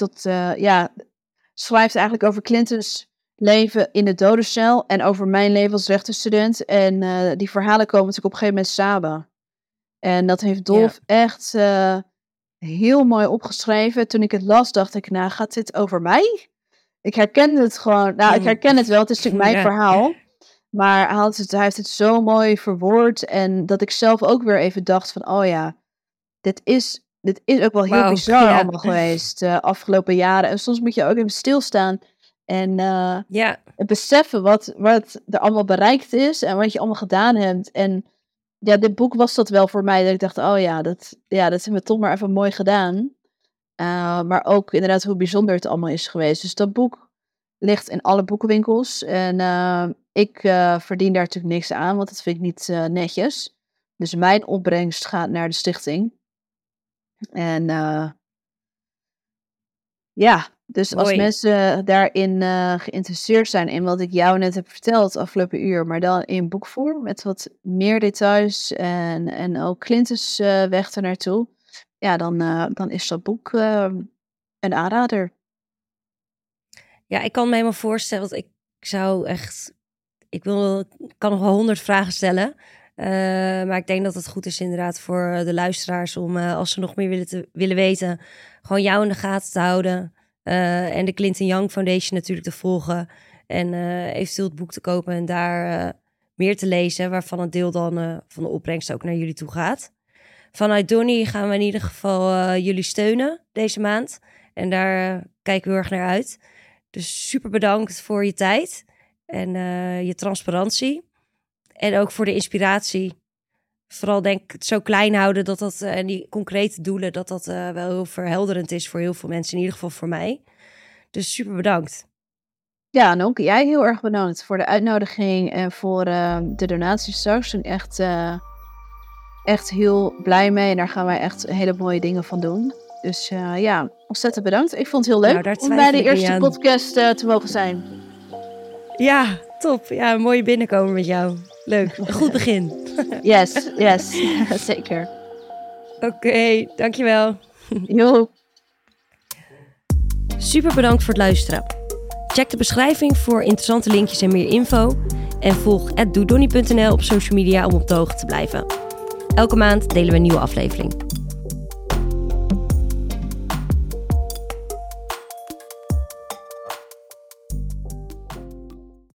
eigenlijk over Clintons leven in de dodencel en over mijn leven als rechtenstudent. En die verhalen komen natuurlijk op een gegeven moment samen. En dat heeft Dolf echt heel mooi opgeschreven. Toen ik het las, dacht ik, gaat dit over mij? Ik herkende het gewoon. Ik herken het wel, het is natuurlijk mijn verhaal. Maar hij heeft het zo mooi verwoord. En dat ik zelf ook weer even dacht van, dit is ook wel heel bizar allemaal geweest de afgelopen jaren. En soms moet je ook even stilstaan En het beseffen wat er allemaal bereikt is en wat je allemaal gedaan hebt. En ja, dit boek was dat wel voor mij. Dat ik dacht, dat hebben we toch maar even mooi gedaan. Maar ook inderdaad hoe bijzonder het allemaal is geweest. Dus dat boek ligt in alle boekenwinkels. En ik verdien daar natuurlijk niks aan, want dat vind ik niet netjes. Dus mijn opbrengst gaat naar de stichting. En dus Mooi. Als mensen daarin geïnteresseerd zijn in wat ik jou net heb verteld afgelopen uur, maar dan in boekvorm met wat meer details en ook Clintus weg ernaartoe, ja, dan is dat boek een aanrader. Ja, ik kan me helemaal voorstellen, want ik kan nog wel 100 vragen stellen. Maar ik denk dat het goed is inderdaad voor de luisteraars om, als ze nog meer willen weten, gewoon jou in de gaten te houden. En de Clinton Young Foundation natuurlijk te volgen. En eventueel het boek te kopen en daar meer te lezen, waarvan een deel dan van de opbrengst ook naar jullie toe gaat. Vanuit Donnie gaan we in ieder geval jullie steunen deze maand. En daar kijken we heel erg naar uit. Dus super bedankt voor je tijd en je transparantie. En ook voor de inspiratie. Vooral denk ik het zo klein houden en die concrete doelen, dat wel heel verhelderend is voor heel veel mensen. In ieder geval voor mij. Dus super bedankt. Ja, en ook jij heel erg bedankt voor de uitnodiging en voor de donaties straks. Ik ben echt heel blij mee en daar gaan wij echt hele mooie dingen van doen. Dus ontzettend bedankt. Ik vond het heel leuk om bij de eerste podcast te mogen zijn. Ja, top. Ja, een mooie binnenkomen met jou. Leuk. Een goed begin. Yes. Zeker. Oké, dankjewel. Jo. Super bedankt voor het luisteren. Check de beschrijving voor interessante linkjes en meer info. En volg @doedonnie.nl op social media om op de hoogte te blijven. Elke maand delen we een nieuwe aflevering.